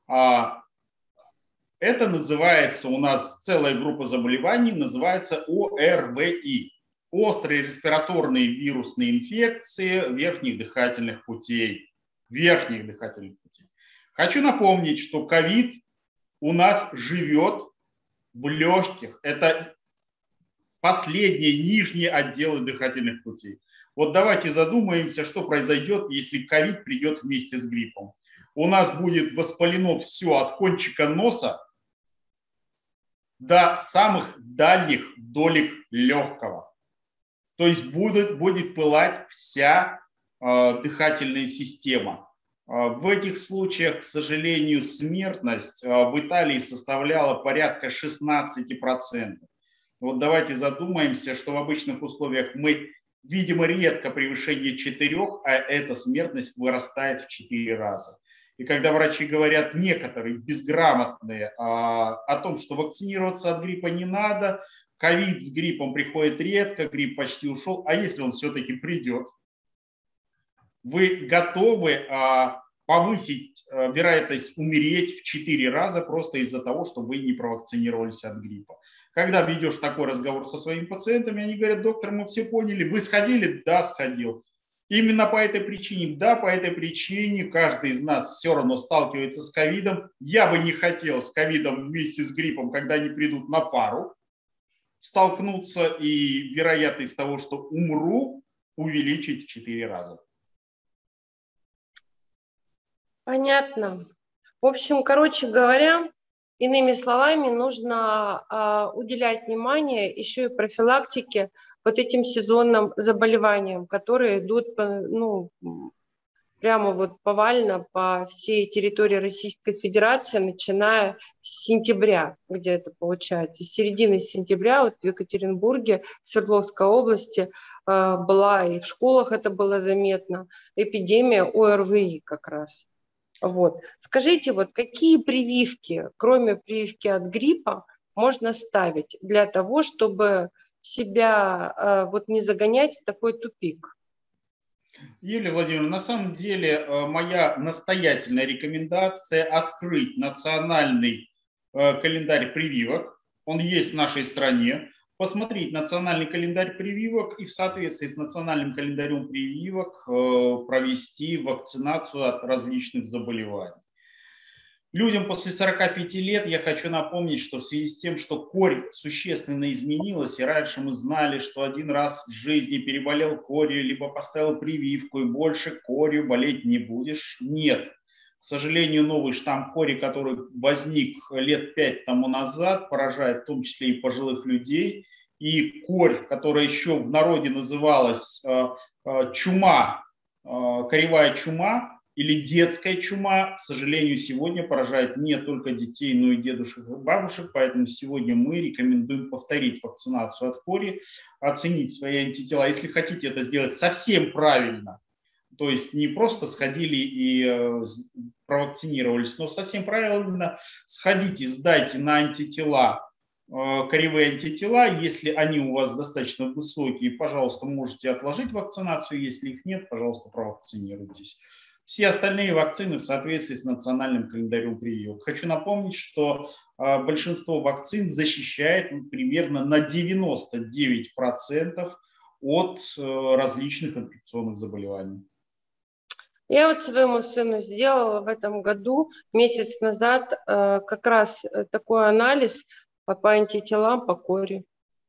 Это называется, у нас целая группа заболеваний, называется ОРВИ. Острые респираторные вирусные инфекции верхних дыхательных путей. Верхних дыхательных путей. Хочу напомнить, что ковид у нас живет в легких. Это последние нижние отделы дыхательных путей. Вот давайте задумаемся, что произойдет, если ковид придет вместе с гриппом. У нас будет воспалено все от кончика носа до самых дальних долек легкого. То есть будет, будет пылать вся э, дыхательная система. В этих случаях, к сожалению, смертность в Италии составляла порядка шестнадцати процентов. Вот давайте задумаемся, что в обычных условиях мы видим редко превышение четырёх, а эта смертность вырастает в четыре раза. И когда врачи говорят, некоторые безграмотные, о том, что вакцинироваться от гриппа не надо, ковид с гриппом приходит редко, грипп почти ушел, а если он все-таки придет? Вы готовы а, повысить а, вероятность умереть в четыре раза просто из-за того, что вы не провакцинировались от гриппа. Когда ведешь такой разговор со своими пациентами, они говорят, доктор, мы все поняли, вы сходили? Да, сходил. Именно по этой причине, да, по этой причине каждый из нас все равно сталкивается с ковидом. Я бы не хотел с ковидом вместе с гриппом, когда они придут на пару, столкнуться, и вероятность того, что умру, увеличить в четыре раза. Понятно. В общем, короче говоря, иными словами, нужно э, уделять внимание еще и профилактике вот этим сезонным заболеваниям, которые идут, ну, прямо вот повально по всей территории Российской Федерации, начиная с сентября, где это получается, с середины сентября вот в Екатеринбурге, в Свердловской области э, была, и в школах это было заметно, эпидемия ОРВИ как раз. Вот. Скажите, вот какие прививки, кроме прививки от гриппа, можно ставить для того, чтобы себя э, вот не загонять в такой тупик? Юлия Владимировна, на самом деле моя настоятельная рекомендация открыть национальный календарь прививок. Он есть в нашей стране. Посмотреть национальный календарь прививок и в соответствии с национальным календарем прививок провести вакцинацию от различных заболеваний. Людям после сорока пяти лет я хочу напомнить, что в связи с тем, что корь существенно изменилась, и раньше мы знали, что один раз в жизни переболел корью, либо поставил прививку, и больше корью болеть не будешь. Нет. К сожалению, новый штамм кори, который возник лет пять тому назад, поражает в том числе и пожилых людей. И корь, которая еще в народе называлась чума, коревая чума, или детская чума, к сожалению, сегодня поражает не только детей, но и дедушек и бабушек, поэтому сегодня мы рекомендуем повторить вакцинацию от кори, оценить свои антитела. Если хотите это сделать совсем правильно, то есть не просто сходили и провакцинировались, но совсем правильно сходите, сдайте на антитела, коревые антитела. Если они у вас достаточно высокие, пожалуйста, можете отложить вакцинацию, если их нет, пожалуйста, провакцинируйтесь. Все остальные вакцины в соответствии с национальным календарем прививок. Хочу напомнить, что большинство вакцин защищает примерно на девяносто девять процентов от различных инфекционных заболеваний. Я вот своему сыну сделала в этом году, месяц назад, как раз такой анализ по антителам по кори.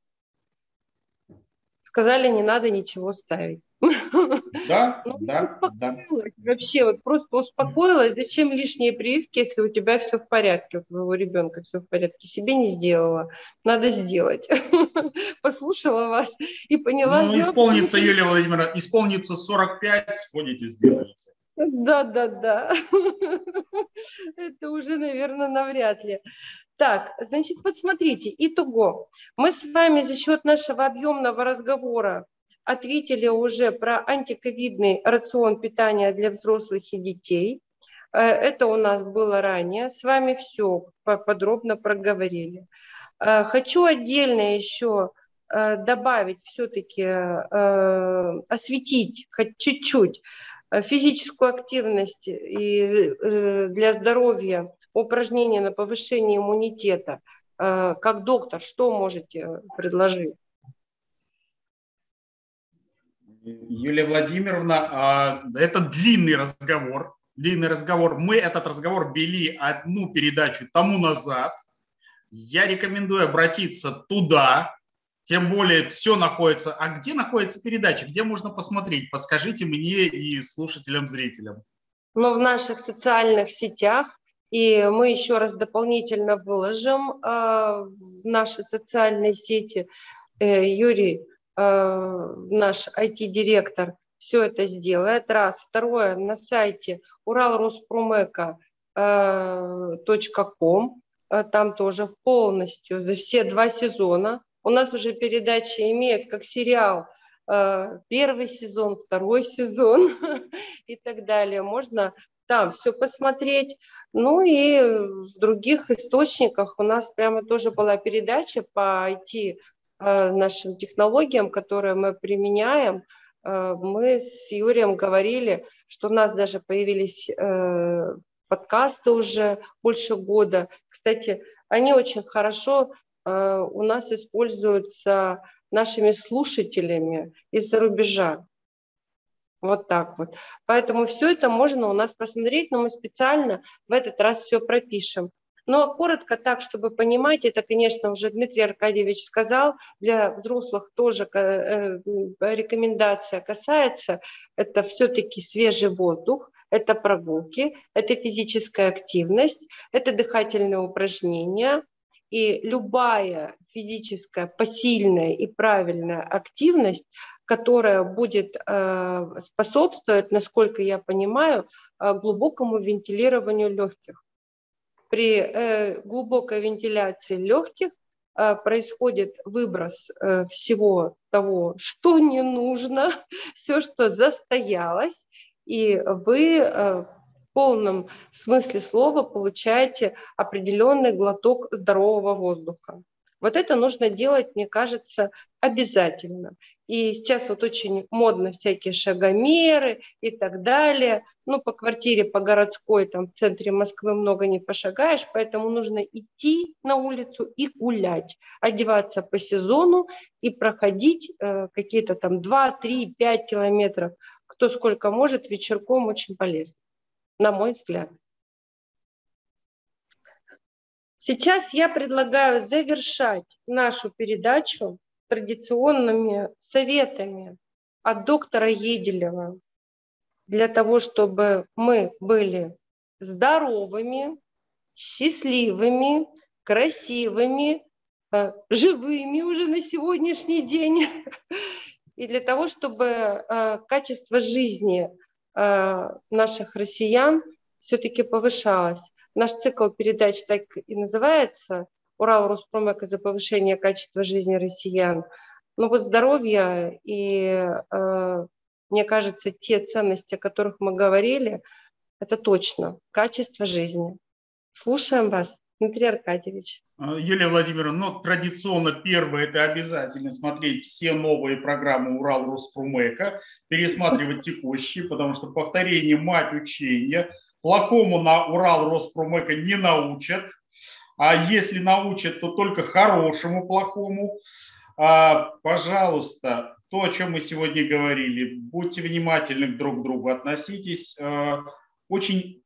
Сказали, не надо ничего ставить. Да, ну, да, да. Вообще, вот просто успокоилась. Зачем лишние прививки, если у тебя все в порядке, у твоего ребенка все в порядке? Себе не сделала. Надо сделать. Послушала вас и поняла. Ну, исполнится, Юлия Владимировна, исполнится сорок пять, сходите, сделаете. Да, да, да. Это уже, наверное, навряд ли. Так, значит, вот смотрите, итого. Мы с вами за счет нашего объемного разговора ответили уже про антиковидный рацион питания для взрослых и детей. Это у нас было ранее. С вами все подробно проговорили. Хочу отдельно еще добавить, все-таки осветить хоть чуть-чуть физическую активность и для здоровья, упражнения на повышение иммунитета. Как доктор, что можете предложить? Юлия Владимировна, это длинный разговор. Длинный разговор. Мы этот разговор вели одну передачу тому назад. Я рекомендую обратиться туда. Тем более все находится. А где находится передача? Где можно посмотреть? Подскажите мне и слушателям, зрителям. Ну, в наших социальных сетях. И мы еще раз дополнительно выложим э, в наши социальные сети. Э, Юрий, э, наш ай ти-директор, все это сделает. Раз. Второе, на сайте уралруспромека точка ком. Э, там тоже полностью за все два сезона. У нас уже передача имеет как сериал э, первый сезон, второй сезон и так далее. Можно там все посмотреть. Ну и в других источниках у нас прямо тоже была передача по ай ти э, нашим технологиям, которые мы применяем. Э, мы с Юрием говорили, что у нас даже появились э, подкасты уже больше года. Кстати, они очень хорошо э, у нас используются нашими слушателями из-за рубежа. Вот так вот. Поэтому все это можно у нас посмотреть, но мы специально в этот раз все пропишем. Но коротко так, чтобы понимать, это, конечно, уже Дмитрий Аркадьевич сказал, для взрослых тоже рекомендация касается, это все-таки свежий воздух, это прогулки, это физическая активность, это дыхательные упражнения. И любая физическая, посильная и правильная активность, которая будет э, способствовать, насколько я понимаю, э, глубокому вентилированию легких. При э, глубокой вентиляции легких э, происходит выброс э, всего того, что не нужно, все, что застоялось, и вы э, в полном смысле слова получаете определенный глоток здорового воздуха. Вот это нужно делать, мне кажется, обязательно. И сейчас вот очень модно всякие шагомеры и так далее. Ну, по квартире, по городской, там в центре Москвы много не пошагаешь, поэтому нужно идти на улицу и гулять, одеваться по сезону и проходить э, какие-то там два, три, пять километров, кто сколько может, вечерком очень полезно, на мой взгляд. Сейчас я предлагаю завершать нашу передачу традиционными советами от доктора Еделева для того, чтобы мы были здоровыми, счастливыми, красивыми, живыми уже на сегодняшний день, и для того, чтобы качество жизни наших россиян все-таки повышалось. Наш цикл передач так и называется «Урал Роспромека за повышение качества жизни россиян». Ну вот здоровье и, э, мне кажется, те ценности, о которых мы говорили, это точно качество жизни. Слушаем вас, Дмитрий Аркадьевич. Юлия Владимировна, ну, традиционно первое – это обязательно смотреть все новые программы Урал Роспромека, пересматривать текущие, потому что повторение – мать учения. Плохому на Урал Роспромека не научат, а если научат, то только хорошему плохому. А, пожалуйста, то, о чем мы сегодня говорили, будьте внимательны друг к другу, относитесь а, очень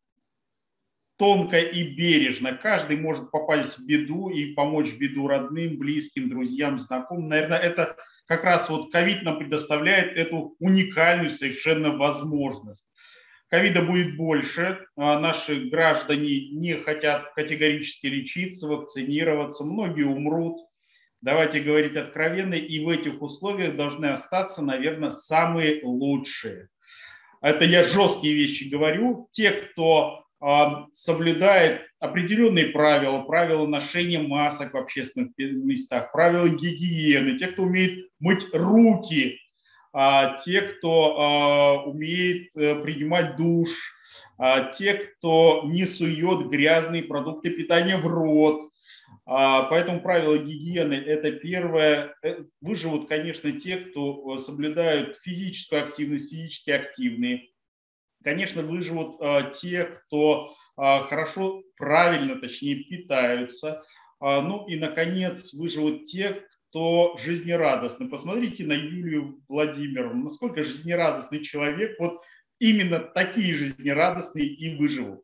тонко и бережно. Каждый может попасть в беду и помочь в беду родным, близким, друзьям, знакомым. Наверное, это как раз вот ковид нам предоставляет эту уникальную совершенно возможность. Ковида будет больше, наши граждане не хотят категорически лечиться, вакцинироваться, многие умрут. Давайте говорить откровенно, и в этих условиях должны остаться, наверное, самые лучшие. Это я жесткие вещи говорю. Те, кто соблюдает определенные правила, правила ношения масок в общественных местах, правила гигиены, те, кто умеет мыть руки, те, кто умеет принимать душ, те, кто не сует грязные продукты питания в рот. Поэтому правила гигиены – это первое. Выживут, конечно, те, кто соблюдают физическую активность, физически активные. Конечно, выживут те, кто хорошо, правильно, точнее, питаются. Ну и, наконец, выживут те, кто жизнерадостный. Посмотрите на Юлию Владимировну, насколько жизнерадостный человек. Вот именно такие жизнерадостные и выживут.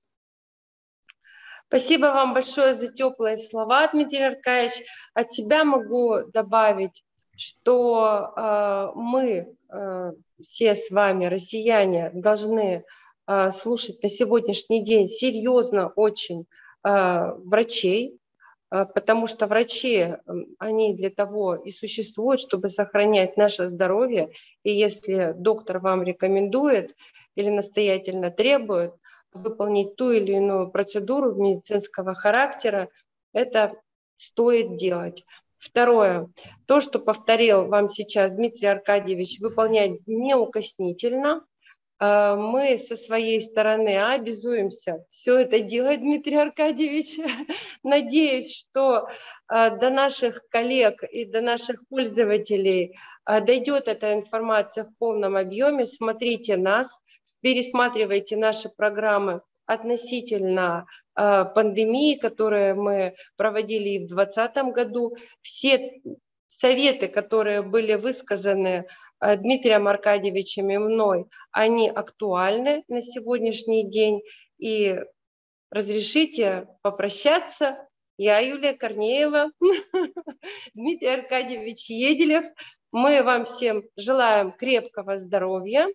Спасибо вам большое за теплые слова, Дмитрий Аркадьевич. От себя могу добавить, что э, мы э, все с вами, россияне, должны э, слушать на сегодняшний день серьезно очень э, врачей, потому что врачи, они для того и существуют, чтобы сохранять наше здоровье. И если доктор вам рекомендует или настоятельно требует выполнить ту или иную процедуру медицинского характера, это стоит делать. Второе. То, что повторил вам сейчас Дмитрий Аркадьевич, выполнять неукоснительно. Мы со своей стороны обязуемся все это делать, Дмитрий Аркадьевич. Надеюсь, что до наших коллег и до наших пользователей дойдет эта информация в полном объеме. Смотрите нас, пересматривайте наши программы относительно пандемии, которые мы проводили и в две тысячи двадцатом году. Все советы, которые были высказаны Дмитрием Аркадьевичем и мной, они актуальны на сегодняшний день. И разрешите попрощаться. Я Юлия Корнеева, Дмитрий Аркадьевич Еделев. Мы вам всем желаем крепкого здоровья,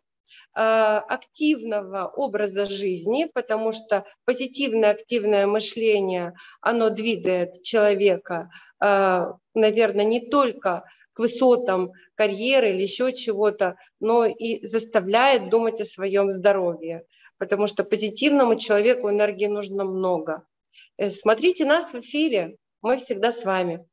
активного образа жизни, потому что позитивное активное мышление, оно двигает человека, наверное, не только к высотам карьеры или еще чего-то, но и заставляет думать о своем здоровье, потому что позитивному человеку энергии нужно много. Смотрите нас в эфире, мы всегда с вами.